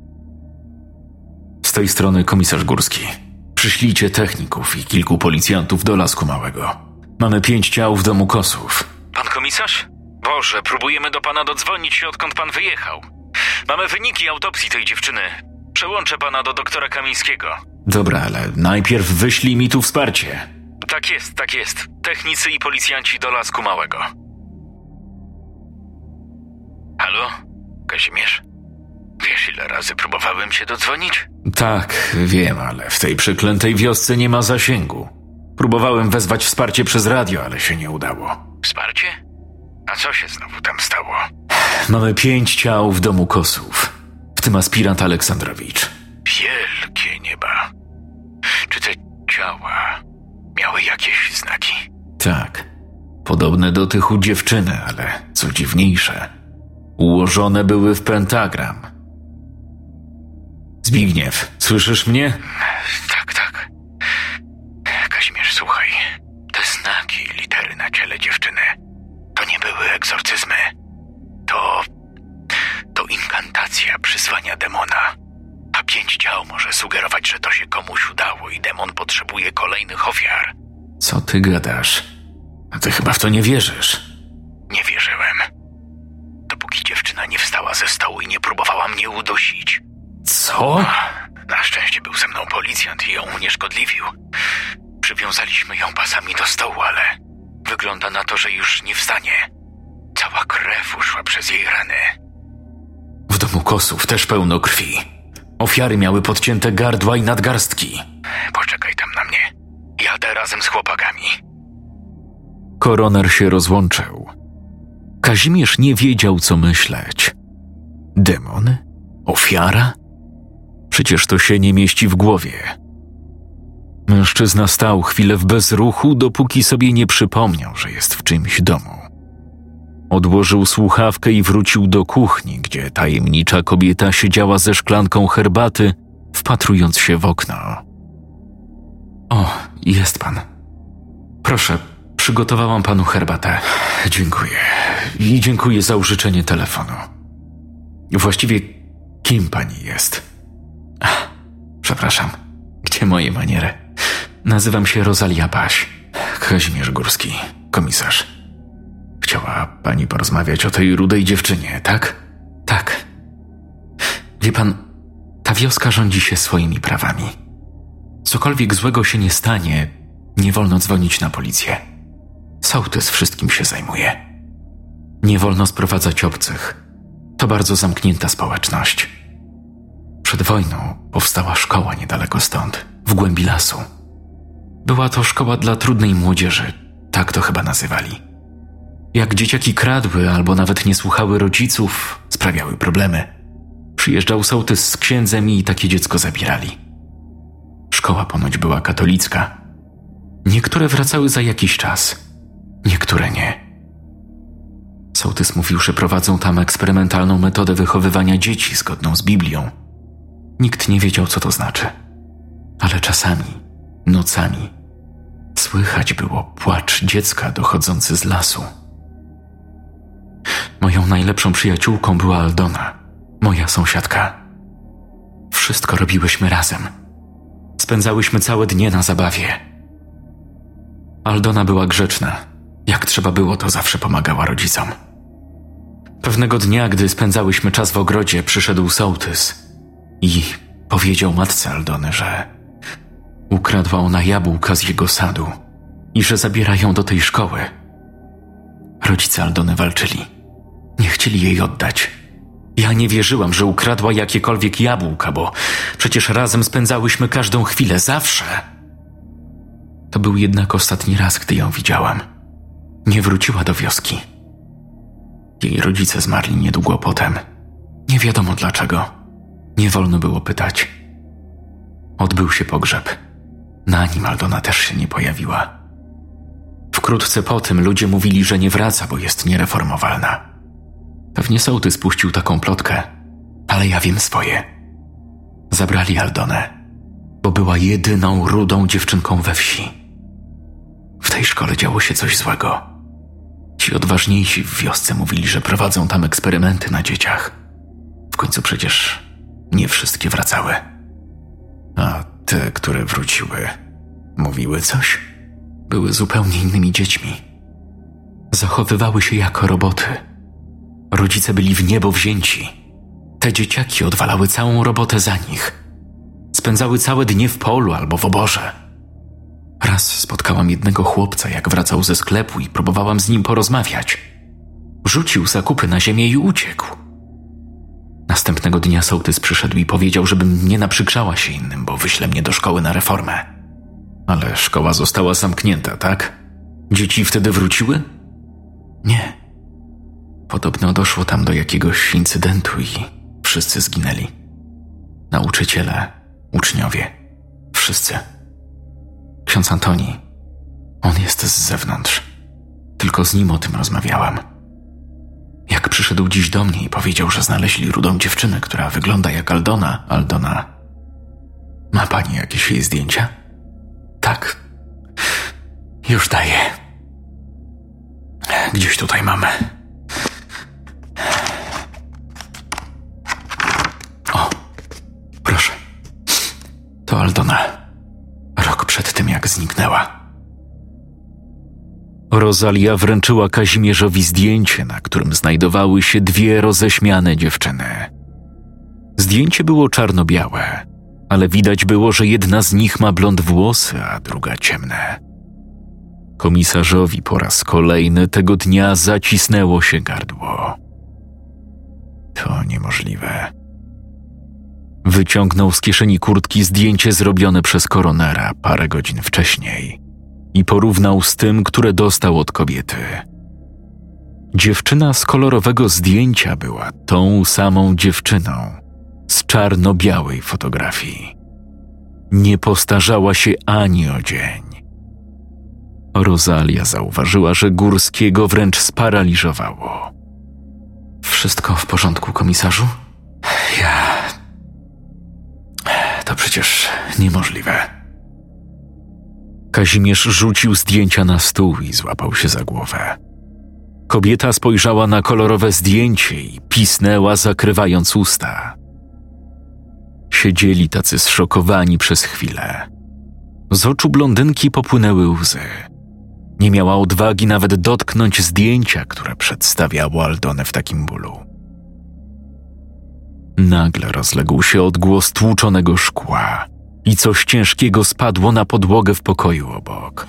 Speaker 1: Z tej strony komisarz Górski. Przyślijcie techników i kilku policjantów do Lasku Małego. Mamy 5 ciał w domu Kosów.
Speaker 2: Pan komisarz? Boże, próbujemy do pana dodzwonić się, odkąd pan wyjechał. Mamy wyniki autopsji tej dziewczyny. Przełączę pana do doktora Kamińskiego.
Speaker 1: Dobra, ale najpierw wyślij mi tu wsparcie.
Speaker 2: Tak jest. Technicy i policjanci do Lasku Małego. Halo? Kazimierz? Wiesz, ile razy próbowałem się dodzwonić?
Speaker 1: Tak, wiem, ale w tej przeklętej wiosce nie ma zasięgu. Próbowałem wezwać wsparcie przez radio, ale się nie udało.
Speaker 2: Wsparcie? A co się znowu tam stało?
Speaker 1: Mamy 5 ciał w domu Kosów, w tym aspirant Aleksandrowicz.
Speaker 2: Wielkie nieba. Czy te ciała miały jakieś znaki?
Speaker 1: Tak, podobne do tych u dziewczyny, ale co dziwniejsze, ułożone były w pentagram. Zbigniew, słyszysz mnie?
Speaker 2: Tak. Kazimierz, słuchaj. Te znaki i litery na ciele dziewczyny to nie były egzorcyzmy. To inkantacja przyzwania demona. A 5 ciał może sugerować, że to się komuś udało i demon potrzebuje kolejnych ofiar.
Speaker 1: Co ty gadasz? A ty chyba w to nie wierzysz.
Speaker 2: Nie wierzyłem. Dopóki dziewczyna nie wstała ze stołu i nie próbowała mnie udusić.
Speaker 1: Co?
Speaker 2: Na szczęście był ze mną policjant i ją unieszkodliwił. Przywiązaliśmy ją pasami do stołu, ale wygląda na to, że już nie wstanie. Cała krew uszła przez jej rany.
Speaker 1: W domu Kosów też pełno krwi. Ofiary miały podcięte gardła i nadgarstki.
Speaker 2: Poczekaj tam na mnie. Jadę razem z chłopakami.
Speaker 1: Koroner się rozłączył. Kazimierz nie wiedział, co myśleć. Demon? Ofiara? Przecież to się nie mieści w głowie. Mężczyzna stał chwilę w bezruchu, dopóki sobie nie przypomniał, że jest w czymś domu. Odłożył słuchawkę i wrócił do kuchni, gdzie tajemnicza kobieta siedziała ze szklanką herbaty, wpatrując się w okno. O, jest pan. Proszę, przygotowałam panu herbatę. Dziękuję. I dziękuję za użyczenie telefonu. Właściwie, kim pani jest? Przepraszam, gdzie moje maniery? Nazywam się Rosalia Paś. Kazimierz Górski, komisarz. Chciała pani porozmawiać o tej rudej dziewczynie, tak? Tak. Wie pan, ta wioska rządzi się swoimi prawami. Cokolwiek złego się nie stanie, nie wolno dzwonić na policję. Sołtys wszystkim się zajmuje. Nie wolno sprowadzać obcych. To bardzo zamknięta społeczność. Przed wojną powstała szkoła niedaleko stąd, w głębi lasu. Była to szkoła dla trudnej młodzieży, tak to chyba nazywali. Jak dzieciaki kradły albo nawet nie słuchały rodziców, sprawiały problemy. Przyjeżdżał sołtys z księdzem i takie dziecko zabierali. Szkoła ponoć była katolicka. Niektóre wracały za jakiś czas, niektóre nie. Sołtys mówił, że prowadzą tam eksperymentalną metodę wychowywania dzieci zgodną z Biblią. Nikt nie wiedział, co to znaczy. Ale czasami, nocami, słychać było płacz dziecka dochodzący z lasu. Moją najlepszą przyjaciółką była Aldona, moja sąsiadka. Wszystko robiłyśmy razem. Spędzałyśmy całe dnie na zabawie. Aldona była grzeczna. Jak trzeba było, to zawsze pomagała rodzicom. Pewnego dnia, gdy spędzałyśmy czas w ogrodzie, przyszedł sołtys i powiedział matce Aldony, że ukradła ona jabłka z jego sadu i że zabiera ją do tej szkoły. Rodzice Aldony walczyli. Nie chcieli jej oddać. Ja nie wierzyłam, że ukradła jakiekolwiek jabłka, bo przecież razem spędzałyśmy każdą chwilę, zawsze. To był jednak ostatni raz, gdy ją widziałam. Nie wróciła do wioski. Jej rodzice zmarli niedługo potem. Nie wiadomo dlaczego. Nie wolno było pytać. Odbył się pogrzeb. Na nim Aldona też się nie pojawiła. Wkrótce po tym ludzie mówili, że nie wraca, bo jest niereformowalna. Pewnie sołtys puścił taką plotkę, ale ja wiem swoje. Zabrali Aldonę, bo była jedyną rudą dziewczynką we wsi. W tej szkole działo się coś złego. Ci odważniejsi w wiosce mówili, że prowadzą tam eksperymenty na dzieciach. W końcu przecież nie wszystkie wracały. A te, które wróciły, mówiły coś? Były zupełnie innymi dziećmi. Zachowywały się jako roboty. Rodzice byli w niebo wzięci. Te dzieciaki odwalały całą robotę za nich. Spędzały całe dnie w polu albo w oborze. Raz spotkałam jednego chłopca, jak wracał ze sklepu i próbowałam z nim porozmawiać. Rzucił zakupy na ziemię i uciekł. Następnego dnia sołtys przyszedł i powiedział, żebym nie naprzykrzała się innym, bo wyśle mnie do szkoły na reformę. Ale szkoła została zamknięta, tak? Dzieci wtedy wróciły? Nie. Podobno doszło tam do jakiegoś incydentu i wszyscy zginęli. Nauczyciele, uczniowie, wszyscy. Ksiądz Antoni, on jest z zewnątrz. Tylko z nim o tym rozmawiałam. Jak przyszedł dziś do mnie i powiedział, że znaleźli rudą dziewczynę, która wygląda jak Aldona. Aldona, ma pani jakieś jej zdjęcia? Tak. Już daję. Gdzieś tutaj mamy. O, proszę. To Aldona. Rok przed tym, jak zniknęła.
Speaker 2: Rosalia wręczyła Kazimierzowi zdjęcie, na którym znajdowały się dwie roześmiane dziewczyny. Zdjęcie było czarno-białe, ale widać było, że jedna z nich ma blond włosy, a druga ciemne. Komisarzowi po raz kolejny tego dnia zacisnęło się gardło. To niemożliwe. Wyciągnął z kieszeni kurtki zdjęcie zrobione przez koronera parę godzin wcześniej i porównał z tym, które dostał od kobiety. Dziewczyna z kolorowego zdjęcia była tą samą dziewczyną z czarno-białej fotografii. Nie postarzała się ani o dzień. Rosalia zauważyła, że Górskiego wręcz sparaliżowało.
Speaker 1: Wszystko w porządku, komisarzu? To przecież niemożliwe.
Speaker 2: Kazimierz rzucił zdjęcia na stół i złapał się za głowę. Kobieta spojrzała na kolorowe zdjęcie i pisnęła, zakrywając usta. Siedzieli tacy zszokowani przez chwilę. Z oczu blondynki popłynęły łzy. Nie miała odwagi nawet dotknąć zdjęcia, które przedstawiało Aldonę w takim bólu. Nagle rozległ się odgłos tłuczonego szkła i coś ciężkiego spadło na podłogę w pokoju obok.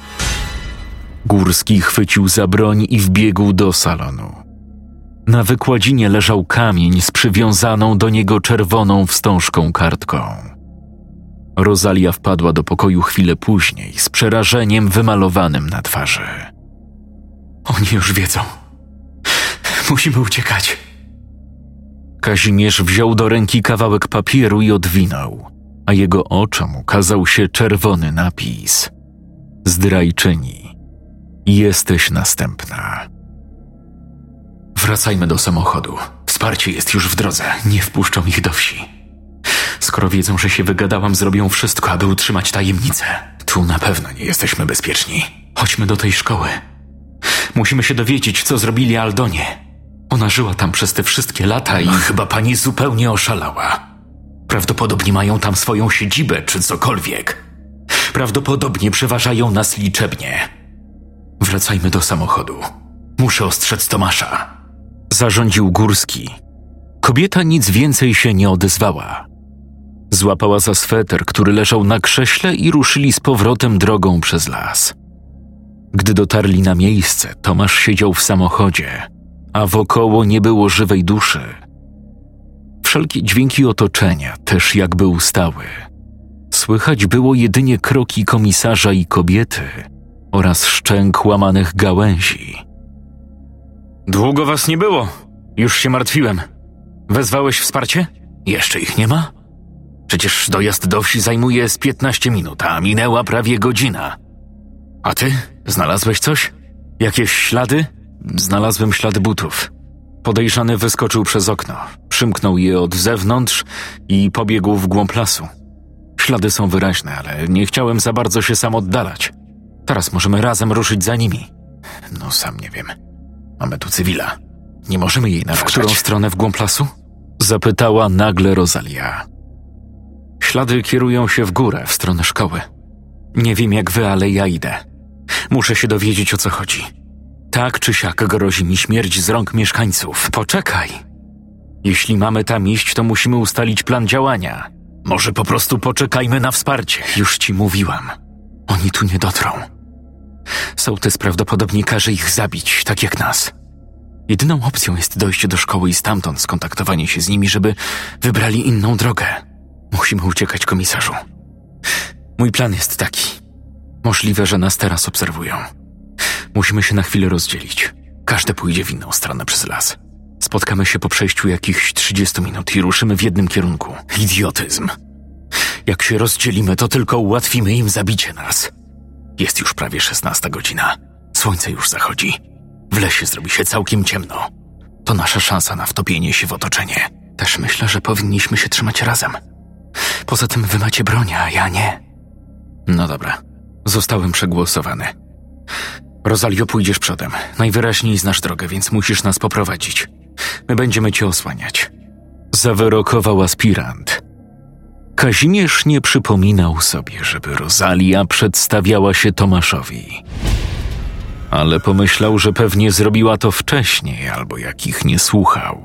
Speaker 2: Górski chwycił za broń i wbiegł do salonu. Na wykładzinie leżał kamień z przywiązaną do niego czerwoną wstążką kartką. Rosalia wpadła do pokoju chwilę później z przerażeniem wymalowanym na twarzy.
Speaker 1: Oni już wiedzą. Musimy uciekać.
Speaker 2: Kazimierz wziął do ręki kawałek papieru i odwinął, a jego oczom ukazał się czerwony napis. Zdrajczyni. Jesteś następna.
Speaker 1: Wracajmy do samochodu. Wsparcie jest już w drodze. Nie wpuszczą ich do wsi. Skoro wiedzą, że się wygadałam, zrobią wszystko, aby utrzymać tajemnicę. Tu na pewno nie jesteśmy bezpieczni. Chodźmy do tej szkoły. Musimy się dowiedzieć, co zrobili Aldonie. Ona żyła tam przez te wszystkie lata i... Chyba pani zupełnie oszalała. Prawdopodobnie mają tam swoją siedzibę czy cokolwiek. Prawdopodobnie przeważają nas liczebnie. Wracajmy do samochodu. Muszę ostrzec Tomasza.
Speaker 2: Zarządził Górski. Kobieta nic więcej się nie odezwała. Złapała za sweter, który leżał na krześle i ruszyli z powrotem drogą przez las. Gdy dotarli na miejsce, Tomasz siedział w samochodzie, a wokoło nie było żywej duszy. Wszelkie dźwięki otoczenia też jakby ustały. Słychać było jedynie kroki komisarza i kobiety oraz szczęk łamanych gałęzi.
Speaker 1: Długo was nie było. Już się martwiłem. Wezwałeś wsparcie? Jeszcze ich nie ma? Przecież dojazd do wsi zajmuje z 15 minut, a minęła prawie godzina. A ty? Znalazłeś coś? Jakieś ślady?
Speaker 2: Znalazłem ślady butów. Podejrzany wyskoczył przez okno, przymknął je od zewnątrz i pobiegł w głąb lasu. Ślady są wyraźne, ale nie chciałem za bardzo się sam oddalać. Teraz możemy razem ruszyć za nimi.
Speaker 1: No sam nie wiem. Mamy tu cywila. Nie możemy jej narażać.
Speaker 2: W którą stronę w głąb lasu? Zapytała nagle Rosalia. Ślady kierują się w górę, w stronę szkoły. Nie wiem jak wy, ale ja idę. Muszę się dowiedzieć, o co chodzi. Tak czy siak grozi mi śmierć z rąk mieszkańców. Poczekaj. Jeśli mamy tam iść, to musimy ustalić plan działania.
Speaker 1: Może po prostu poczekajmy na wsparcie.
Speaker 2: Już ci mówiłam. Oni tu nie dotrą. Sołtys prawdopodobnie każe ich zabić, tak jak nas. Jedyną opcją jest dojście do szkoły i stamtąd skontaktowanie się z nimi, żeby wybrali inną drogę. Musimy uciekać, komisarzu. Mój plan jest taki. Możliwe, że nas teraz obserwują. Musimy się na chwilę rozdzielić. Każdy pójdzie w inną stronę przez las. Spotkamy się po przejściu jakichś 30 minut i ruszymy w jednym kierunku. Idiotyzm. Jak się rozdzielimy, to tylko ułatwimy im zabicie nas. Jest już prawie 16 godzina. Słońce już zachodzi. W lesie zrobi się całkiem ciemno. To nasza szansa na wtopienie się w otoczenie. Też myślę, że powinniśmy się trzymać razem. Poza tym wy macie broń, a ja nie. No dobra. Zostałem przegłosowany. Rosalio, pójdziesz przodem. Najwyraźniej znasz drogę, więc musisz nas poprowadzić. My będziemy cię osłaniać. Zawyrokował aspirant. Kazimierz nie przypominał sobie, żeby Rosalia przedstawiała się Tomaszowi. Ale pomyślał, że pewnie zrobiła to wcześniej, albo jak ich nie słuchał.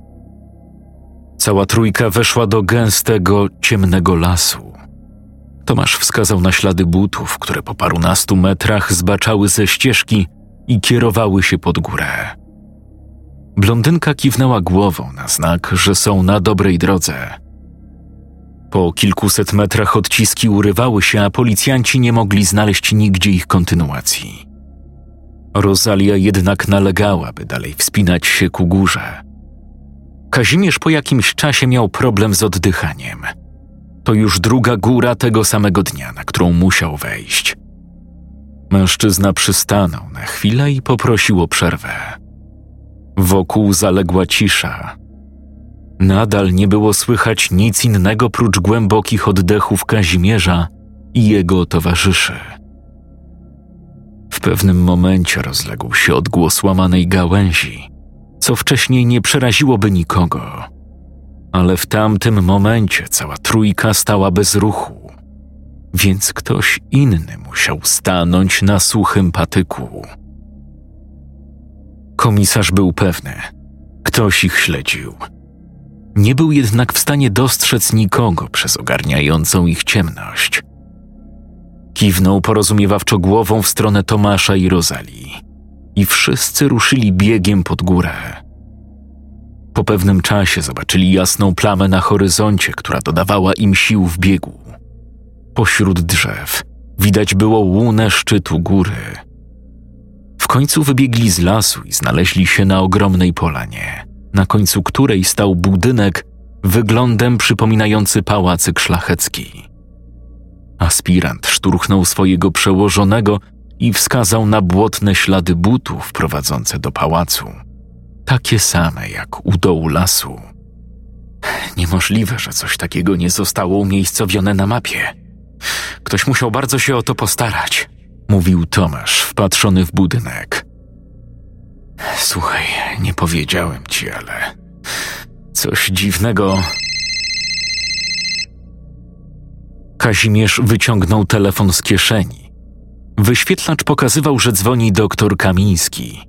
Speaker 2: Cała trójka weszła do gęstego, ciemnego lasu. Tomasz wskazał na ślady butów, które po parunastu metrach zbaczały ze ścieżki i kierowały się pod górę. Blondynka kiwnęła głową na znak, że są na dobrej drodze. Po kilkuset metrach odciski urywały się, a policjanci nie mogli znaleźć nigdzie ich kontynuacji. Rosalia jednak nalegała, by dalej wspinać się ku górze. Kazimierz po jakimś czasie miał problem z oddychaniem. To już druga góra tego samego dnia, na którą musiał wejść. Mężczyzna przystanął na chwilę i poprosił o przerwę. Wokół zaległa cisza. Nadal nie było słychać nic innego prócz głębokich oddechów Kazimierza i jego towarzyszy. W pewnym momencie rozległ się odgłos łamanej gałęzi, co wcześniej nie przeraziłoby nikogo. Ale w tamtym momencie cała trójka stała bez ruchu, więc ktoś inny musiał stanąć na suchym patyku. Komisarz był pewny, ktoś ich śledził. Nie był jednak w stanie dostrzec nikogo przez ogarniającą ich ciemność. Kiwnął porozumiewawczo głową w stronę Tomasza i Rosalii i wszyscy ruszyli biegiem pod górę. Po pewnym czasie zobaczyli jasną plamę na horyzoncie, która dodawała im sił w biegu. Pośród drzew widać było łunę szczytu góry. W końcu wybiegli z lasu i znaleźli się na ogromnej polanie, na końcu której stał budynek wyglądem przypominający pałacyk szlachecki. Aspirant szturchnął swojego przełożonego i wskazał na błotne ślady butów prowadzące do pałacu. Takie same jak u dołu lasu. Niemożliwe, że coś takiego nie zostało umiejscowione na mapie. Ktoś musiał bardzo się o to postarać, mówił Tomasz, wpatrzony w budynek. Słuchaj, nie powiedziałem ci, ale coś dziwnego. Kazimierz wyciągnął telefon z kieszeni. Wyświetlacz pokazywał, że dzwoni doktor Kamiński.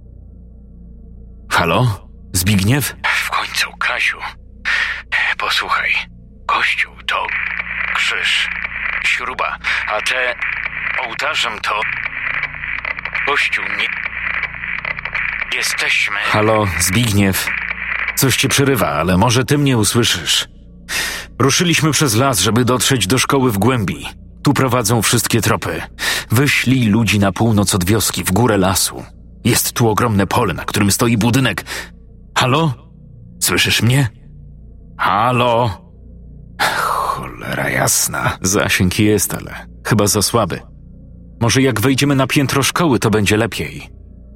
Speaker 2: Halo? Zbigniew?
Speaker 3: W końcu, Kaziu. Posłuchaj, kościół to krzyż, śruba, a te ołtarzem to kościół nie... Jesteśmy...
Speaker 2: Halo, Zbigniew. Coś ci przerywa, ale może ty mnie usłyszysz. Ruszyliśmy przez las, żeby dotrzeć do szkoły w głębi. Tu prowadzą wszystkie tropy. Wyślij ludzi na północ od wioski, w górę lasu. Jest tu ogromne pole, na którym stoi budynek. Halo? Słyszysz mnie? Halo? Cholera jasna. Zasięg jest, ale chyba za słaby. Może jak wejdziemy na piętro szkoły, to będzie lepiej.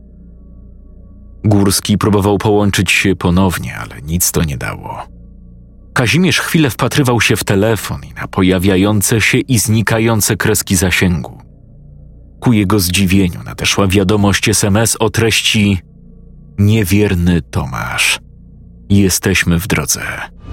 Speaker 2: Górski próbował połączyć się ponownie, ale nic to nie dało. Kazimierz chwilę wpatrywał się w telefon i na pojawiające się i znikające kreski zasięgu. Ku jego zdziwieniu nadeszła wiadomość SMS o treści: niewierny Tomasz. Jesteśmy w drodze.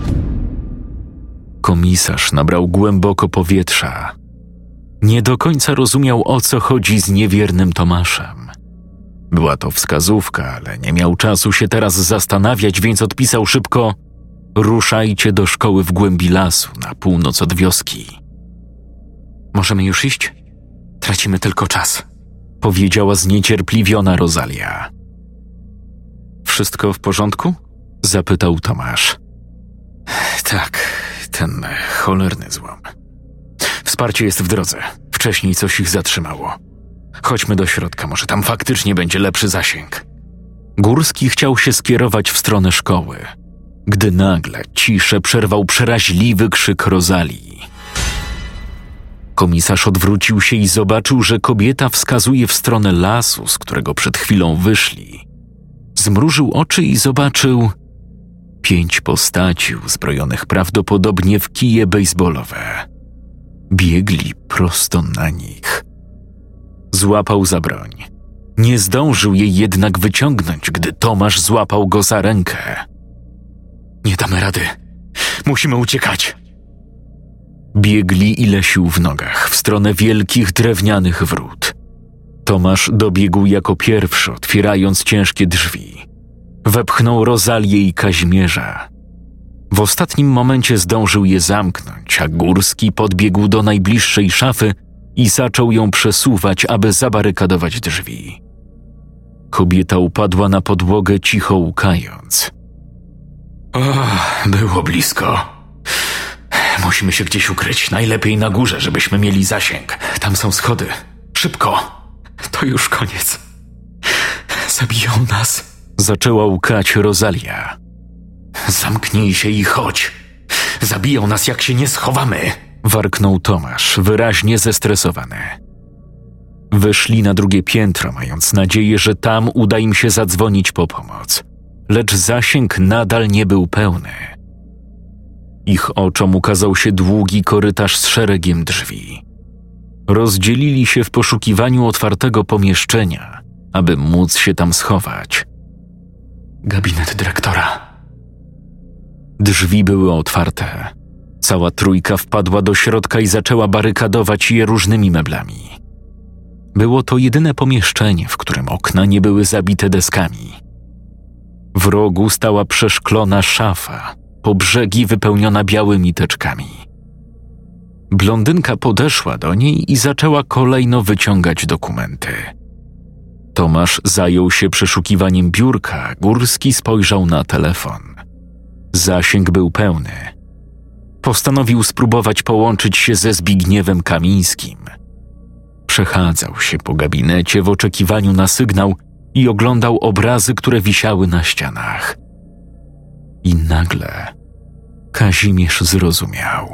Speaker 2: Komisarz nabrał głęboko powietrza. Nie do końca rozumiał, o co chodzi z niewiernym Tomaszem. Była to wskazówka, ale nie miał czasu się teraz zastanawiać, więc odpisał szybko: ruszajcie do szkoły w głębi lasu, na północ od wioski. Możemy już iść? Tracimy tylko czas, powiedziała zniecierpliwiona Rosalia. Wszystko w porządku? Zapytał Tomasz. Tak, ten cholerny złom. Wsparcie jest w drodze. Wcześniej coś ich zatrzymało. Chodźmy do środka, może tam faktycznie będzie lepszy zasięg. Górski chciał się skierować w stronę szkoły, gdy nagle ciszę przerwał przeraźliwy krzyk Rosalii. Komisarz odwrócił się i zobaczył, że kobieta wskazuje w stronę lasu, z którego przed chwilą wyszli. Zmrużył oczy i zobaczył 5 postaci uzbrojonych prawdopodobnie w kije bejsbolowe. Biegli prosto na nich. Złapał za broń. Nie zdążył jej jednak wyciągnąć, gdy Tomasz złapał go za rękę. Nie damy rady. Musimy uciekać. Biegli ile sił w nogach w stronę wielkich drewnianych wrót. Tomasz dobiegł jako pierwszy, otwierając ciężkie drzwi. Wepchnął Rosalię i Kazimierza. W ostatnim momencie zdążył je zamknąć, a Górski podbiegł do najbliższej szafy i zaczął ją przesuwać, aby zabarykadować drzwi. Kobieta upadła na podłogę, cicho łkając. Było blisko. Musimy się gdzieś ukryć, najlepiej na górze, żebyśmy mieli zasięg. Tam są schody. Szybko! To już koniec. Zabiją nas. Zaczęła łkać Rosalia. Zamknij się i chodź. Zabiją nas, jak się nie schowamy. Warknął Tomasz, wyraźnie zestresowany. Wyszli na drugie piętro, mając nadzieję, że tam uda im się zadzwonić po pomoc. Lecz zasięg nadal nie był pełny. Ich oczom ukazał się długi korytarz z szeregiem drzwi. Rozdzielili się w poszukiwaniu otwartego pomieszczenia, aby móc się tam schować. Gabinet dyrektora. Drzwi były otwarte. Cała trójka wpadła do środka i zaczęła barykadować je różnymi meblami. Było to jedyne pomieszczenie, w którym okna nie były zabite deskami. W rogu stała przeszklona szafa, po brzegi wypełniona białymi teczkami. Blondynka podeszła do niej i zaczęła kolejno wyciągać dokumenty. Tomasz zajął się przeszukiwaniem biurka, Górski spojrzał na telefon. Zasięg był pełny. Postanowił spróbować połączyć się ze Zbigniewem Kamińskim. Przechadzał się po gabinecie w oczekiwaniu na sygnał i oglądał obrazy, które wisiały na ścianach. I nagle Kazimierz zrozumiał.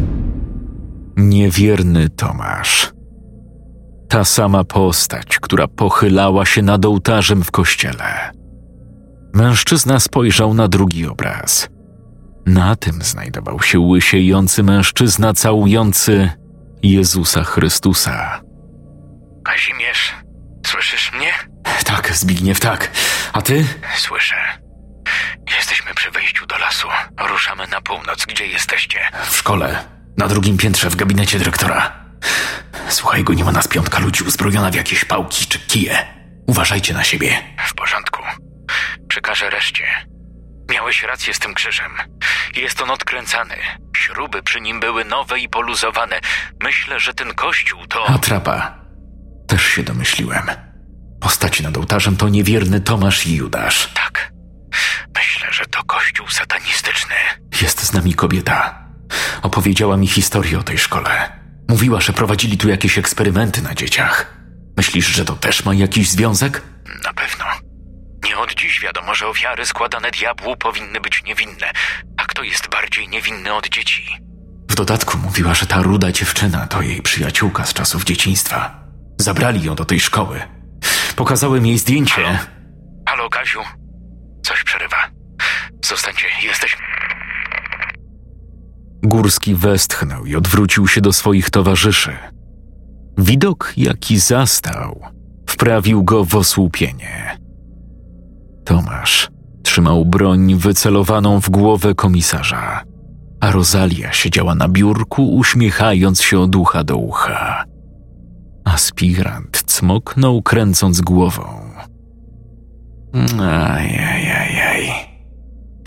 Speaker 2: Niewierny Tomasz. Ta sama postać, która pochylała się nad ołtarzem w kościele. Mężczyzna spojrzał na drugi obraz. Na tym znajdował się łysiejący mężczyzna całujący Jezusa Chrystusa.
Speaker 3: Kazimierz, słyszysz mnie?
Speaker 2: Tak, Zbigniew, tak. A ty?
Speaker 3: Słyszę. Jesteśmy przy wejściu do lasu. Ruszamy na północ. Gdzie jesteście?
Speaker 2: W szkole. Na drugim piętrze, w gabinecie dyrektora. Słuchaj, go nie ma nas 5 ludzi uzbrojona w jakieś pałki czy kije. Uważajcie na siebie.
Speaker 3: W porządku. Przekażę reszcie. Miałeś rację z tym krzyżem. Jest on odkręcany. Śruby przy nim były nowe i poluzowane. Myślę, że ten kościół to...
Speaker 2: Atrapa. Też się domyśliłem. Postaci nad ołtarzem to niewierny Tomasz i Judasz.
Speaker 3: Tak. Myślę, że to kościół satanistyczny.
Speaker 2: Jest z nami kobieta. Opowiedziała mi historię o tej szkole. Mówiła, że prowadzili tu jakieś eksperymenty na dzieciach. Myślisz, że to też ma jakiś związek?
Speaker 3: Na pewno. Nie od dziś wiadomo, że ofiary składane diabłu powinny być niewinne. A kto jest bardziej niewinny od dzieci?
Speaker 2: W dodatku mówiła, że ta ruda dziewczyna to jej przyjaciółka z czasów dzieciństwa. Zabrali ją do tej szkoły. Pokazałem jej zdjęcie.
Speaker 3: Halo, Kaziu? Coś przerywa. Zostańcie, jesteśmy...
Speaker 2: Górski westchnął i odwrócił się do swoich towarzyszy. Widok, jaki zastał, wprawił go w osłupienie. Tomasz trzymał broń wycelowaną w głowę komisarza, a Rosalia siedziała na biurku, uśmiechając się od ucha do ucha. Aspirant cmoknął, kręcąc głową. Ajajajaj.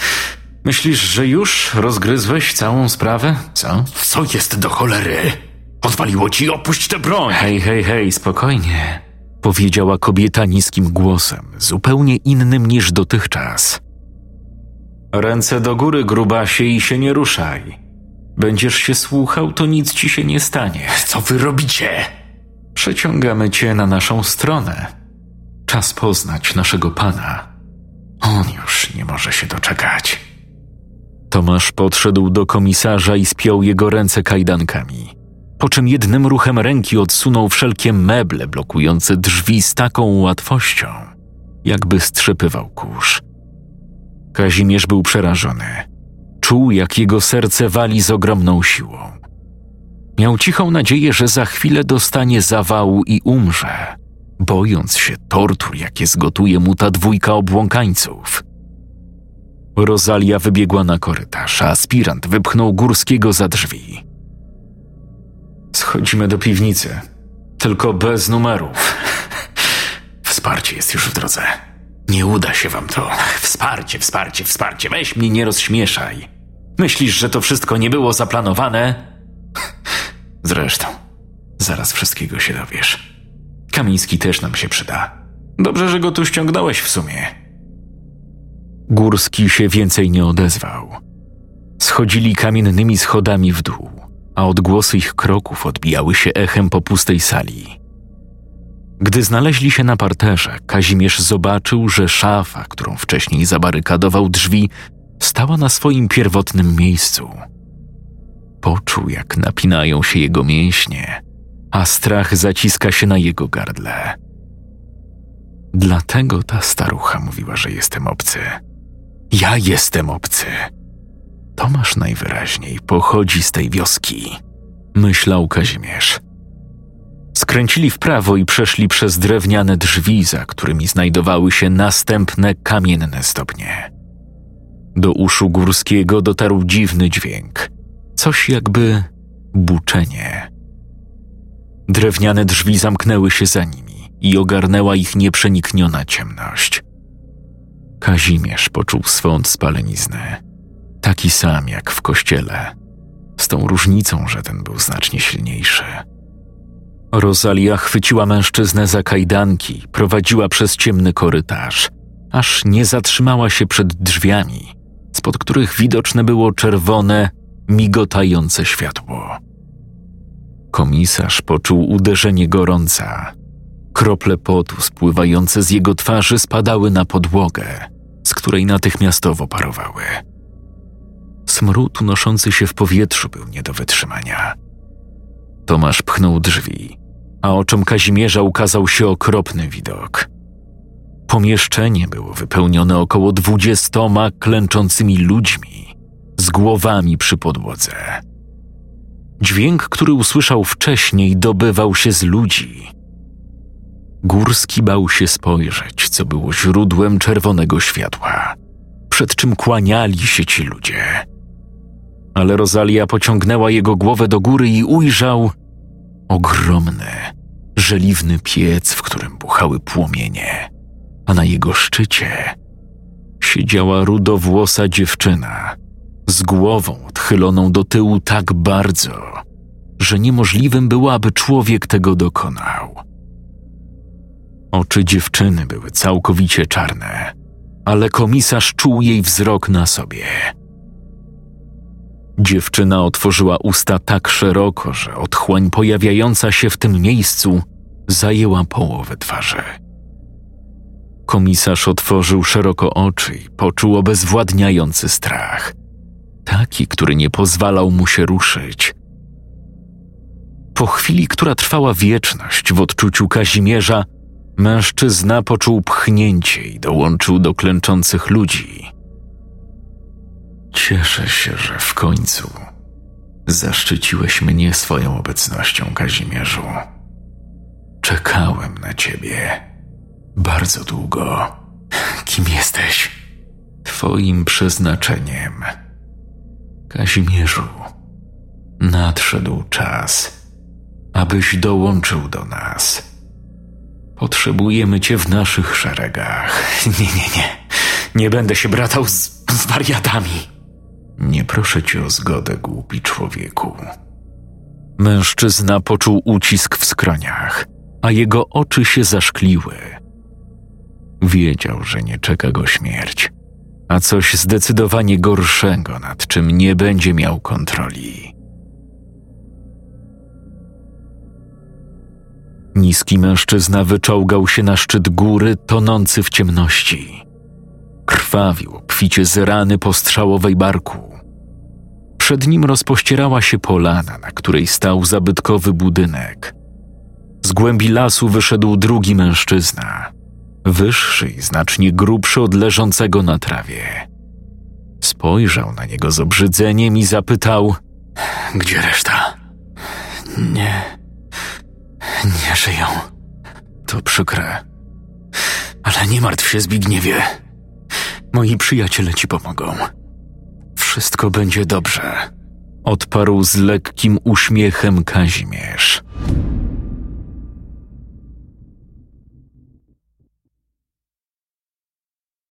Speaker 2: Myślisz, że już rozgryzłeś całą sprawę? Co?
Speaker 3: Co jest do cholery? Odwaliło ci, opuść tę broń!
Speaker 1: Hej, spokojnie, powiedziała kobieta niskim głosem, zupełnie innym niż dotychczas. Ręce do góry, grubasie, i się nie ruszaj. Będziesz się słuchał, to nic ci się nie stanie.
Speaker 3: Co wy robicie?
Speaker 1: Przeciągamy cię na naszą stronę. Czas poznać naszego pana.
Speaker 3: On już nie może się doczekać.
Speaker 1: Tomasz podszedł do komisarza i spiął jego ręce kajdankami, po czym jednym ruchem ręki odsunął wszelkie meble blokujące drzwi z taką łatwością, jakby strzepywał kurz. Kazimierz był przerażony. Czuł, jak jego serce wali z ogromną siłą. Miał cichą nadzieję, że za chwilę dostanie zawału i umrze, bojąc się tortur, jakie zgotuje mu ta dwójka obłąkańców. Rosalia wybiegła na korytarz, a aspirant wypchnął Górskiego za drzwi. Schodzimy do piwnicy, tylko bez numerów.
Speaker 3: Wsparcie jest już w drodze. Nie uda się wam to. Wsparcie. Weź mnie, nie rozśmieszaj.
Speaker 1: Myślisz, że to wszystko nie było zaplanowane?
Speaker 3: Zresztą, zaraz wszystkiego się dowiesz.
Speaker 1: Kamiński też nam się przyda. Dobrze, że go tu ściągnąłeś w sumie. Górski się więcej nie odezwał. Schodzili kamiennymi schodami w dół, a odgłosy ich kroków odbijały się echem po pustej sali. Gdy znaleźli się na parterze, Kazimierz zobaczył, że szafa, którą wcześniej zabarykadował drzwi, stała na swoim pierwotnym miejscu. Poczuł, jak napinają się jego mięśnie, a strach zaciska się na jego gardle. Dlatego ta starucha mówiła, że jestem obcy. Ja jestem obcy. Tomasz najwyraźniej pochodzi z tej wioski, myślał Kazimierz. Skręcili w prawo i przeszli przez drewniane drzwi, za którymi znajdowały się następne kamienne stopnie. Do uszu Górskiego dotarł dziwny dźwięk, coś jakby buczenie. Drewniane drzwi zamknęły się za nimi i ogarnęła ich nieprzenikniona ciemność. Kazimierz poczuł swąd spaleniznę, taki sam jak w kościele, z tą różnicą, że ten był znacznie silniejszy. Rosalia chwyciła mężczyznę za kajdanki, prowadziła przez ciemny korytarz, aż nie zatrzymała się przed drzwiami, spod których widoczne było czerwone, migotające światło. Komisarz poczuł uderzenie gorąca. Krople potu spływające z jego twarzy spadały na podłogę, z której natychmiastowo parowały. Smród unoszący się w powietrzu był nie do wytrzymania. Tomasz pchnął drzwi, a oczom Kazimierza ukazał się okropny widok. Pomieszczenie było wypełnione około 20 klęczącymi ludźmi, z głowami przy podłodze. Dźwięk, który usłyszał wcześniej, dobywał się z ludzi. Górski bał się spojrzeć, co było źródłem czerwonego światła, przed czym kłaniali się ci ludzie. Ale Rosalia pociągnęła jego głowę do góry i ujrzał ogromny, żeliwny piec, w którym buchały płomienie, a na jego szczycie siedziała rudowłosa dziewczyna z głową odchyloną do tyłu tak bardzo, że niemożliwym było, aby człowiek tego dokonał. Oczy dziewczyny były całkowicie czarne, ale komisarz czuł jej wzrok na sobie. Dziewczyna otworzyła usta tak szeroko, że otchłań pojawiająca się w tym miejscu zajęła połowę twarzy. Komisarz otworzył szeroko oczy i poczuł obezwładniający strach, taki, który nie pozwalał mu się ruszyć. Po chwili, która trwała wieczność w odczuciu Kazimierza, mężczyzna poczuł pchnięcie i dołączył do klęczących ludzi. Cieszę się, że w końcu zaszczyciłeś mnie swoją obecnością, Kazimierzu. Czekałem na ciebie bardzo długo. Kim jesteś? Twoim przeznaczeniem. Kazimierzu, nadszedł czas, abyś dołączył do nas. Potrzebujemy cię w naszych szeregach. Nie. Nie będę się bratał z wariatami. Nie proszę cię o zgodę, głupi człowieku. Mężczyzna poczuł ucisk w skroniach, a jego oczy się zaszkliły. Wiedział, że nie czeka go śmierć, a coś zdecydowanie gorszego, nad czym nie będzie miał kontroli. Niski mężczyzna wyczołgał się na szczyt góry, tonący w ciemności. Krwawił obficie z rany postrzałowej barku. Przed nim rozpościerała się polana, na której stał zabytkowy budynek. Z głębi lasu wyszedł drugi mężczyzna, wyższy i znacznie grubszy od leżącego na trawie. Spojrzał na niego z obrzydzeniem i zapytał:
Speaker 2: Gdzie reszta? Nie żyją.
Speaker 1: To przykre.
Speaker 2: Ale nie martw się, Zbigniewie. Moi przyjaciele ci pomogą. Wszystko będzie dobrze.
Speaker 1: Odparł z lekkim uśmiechem Kazimierz.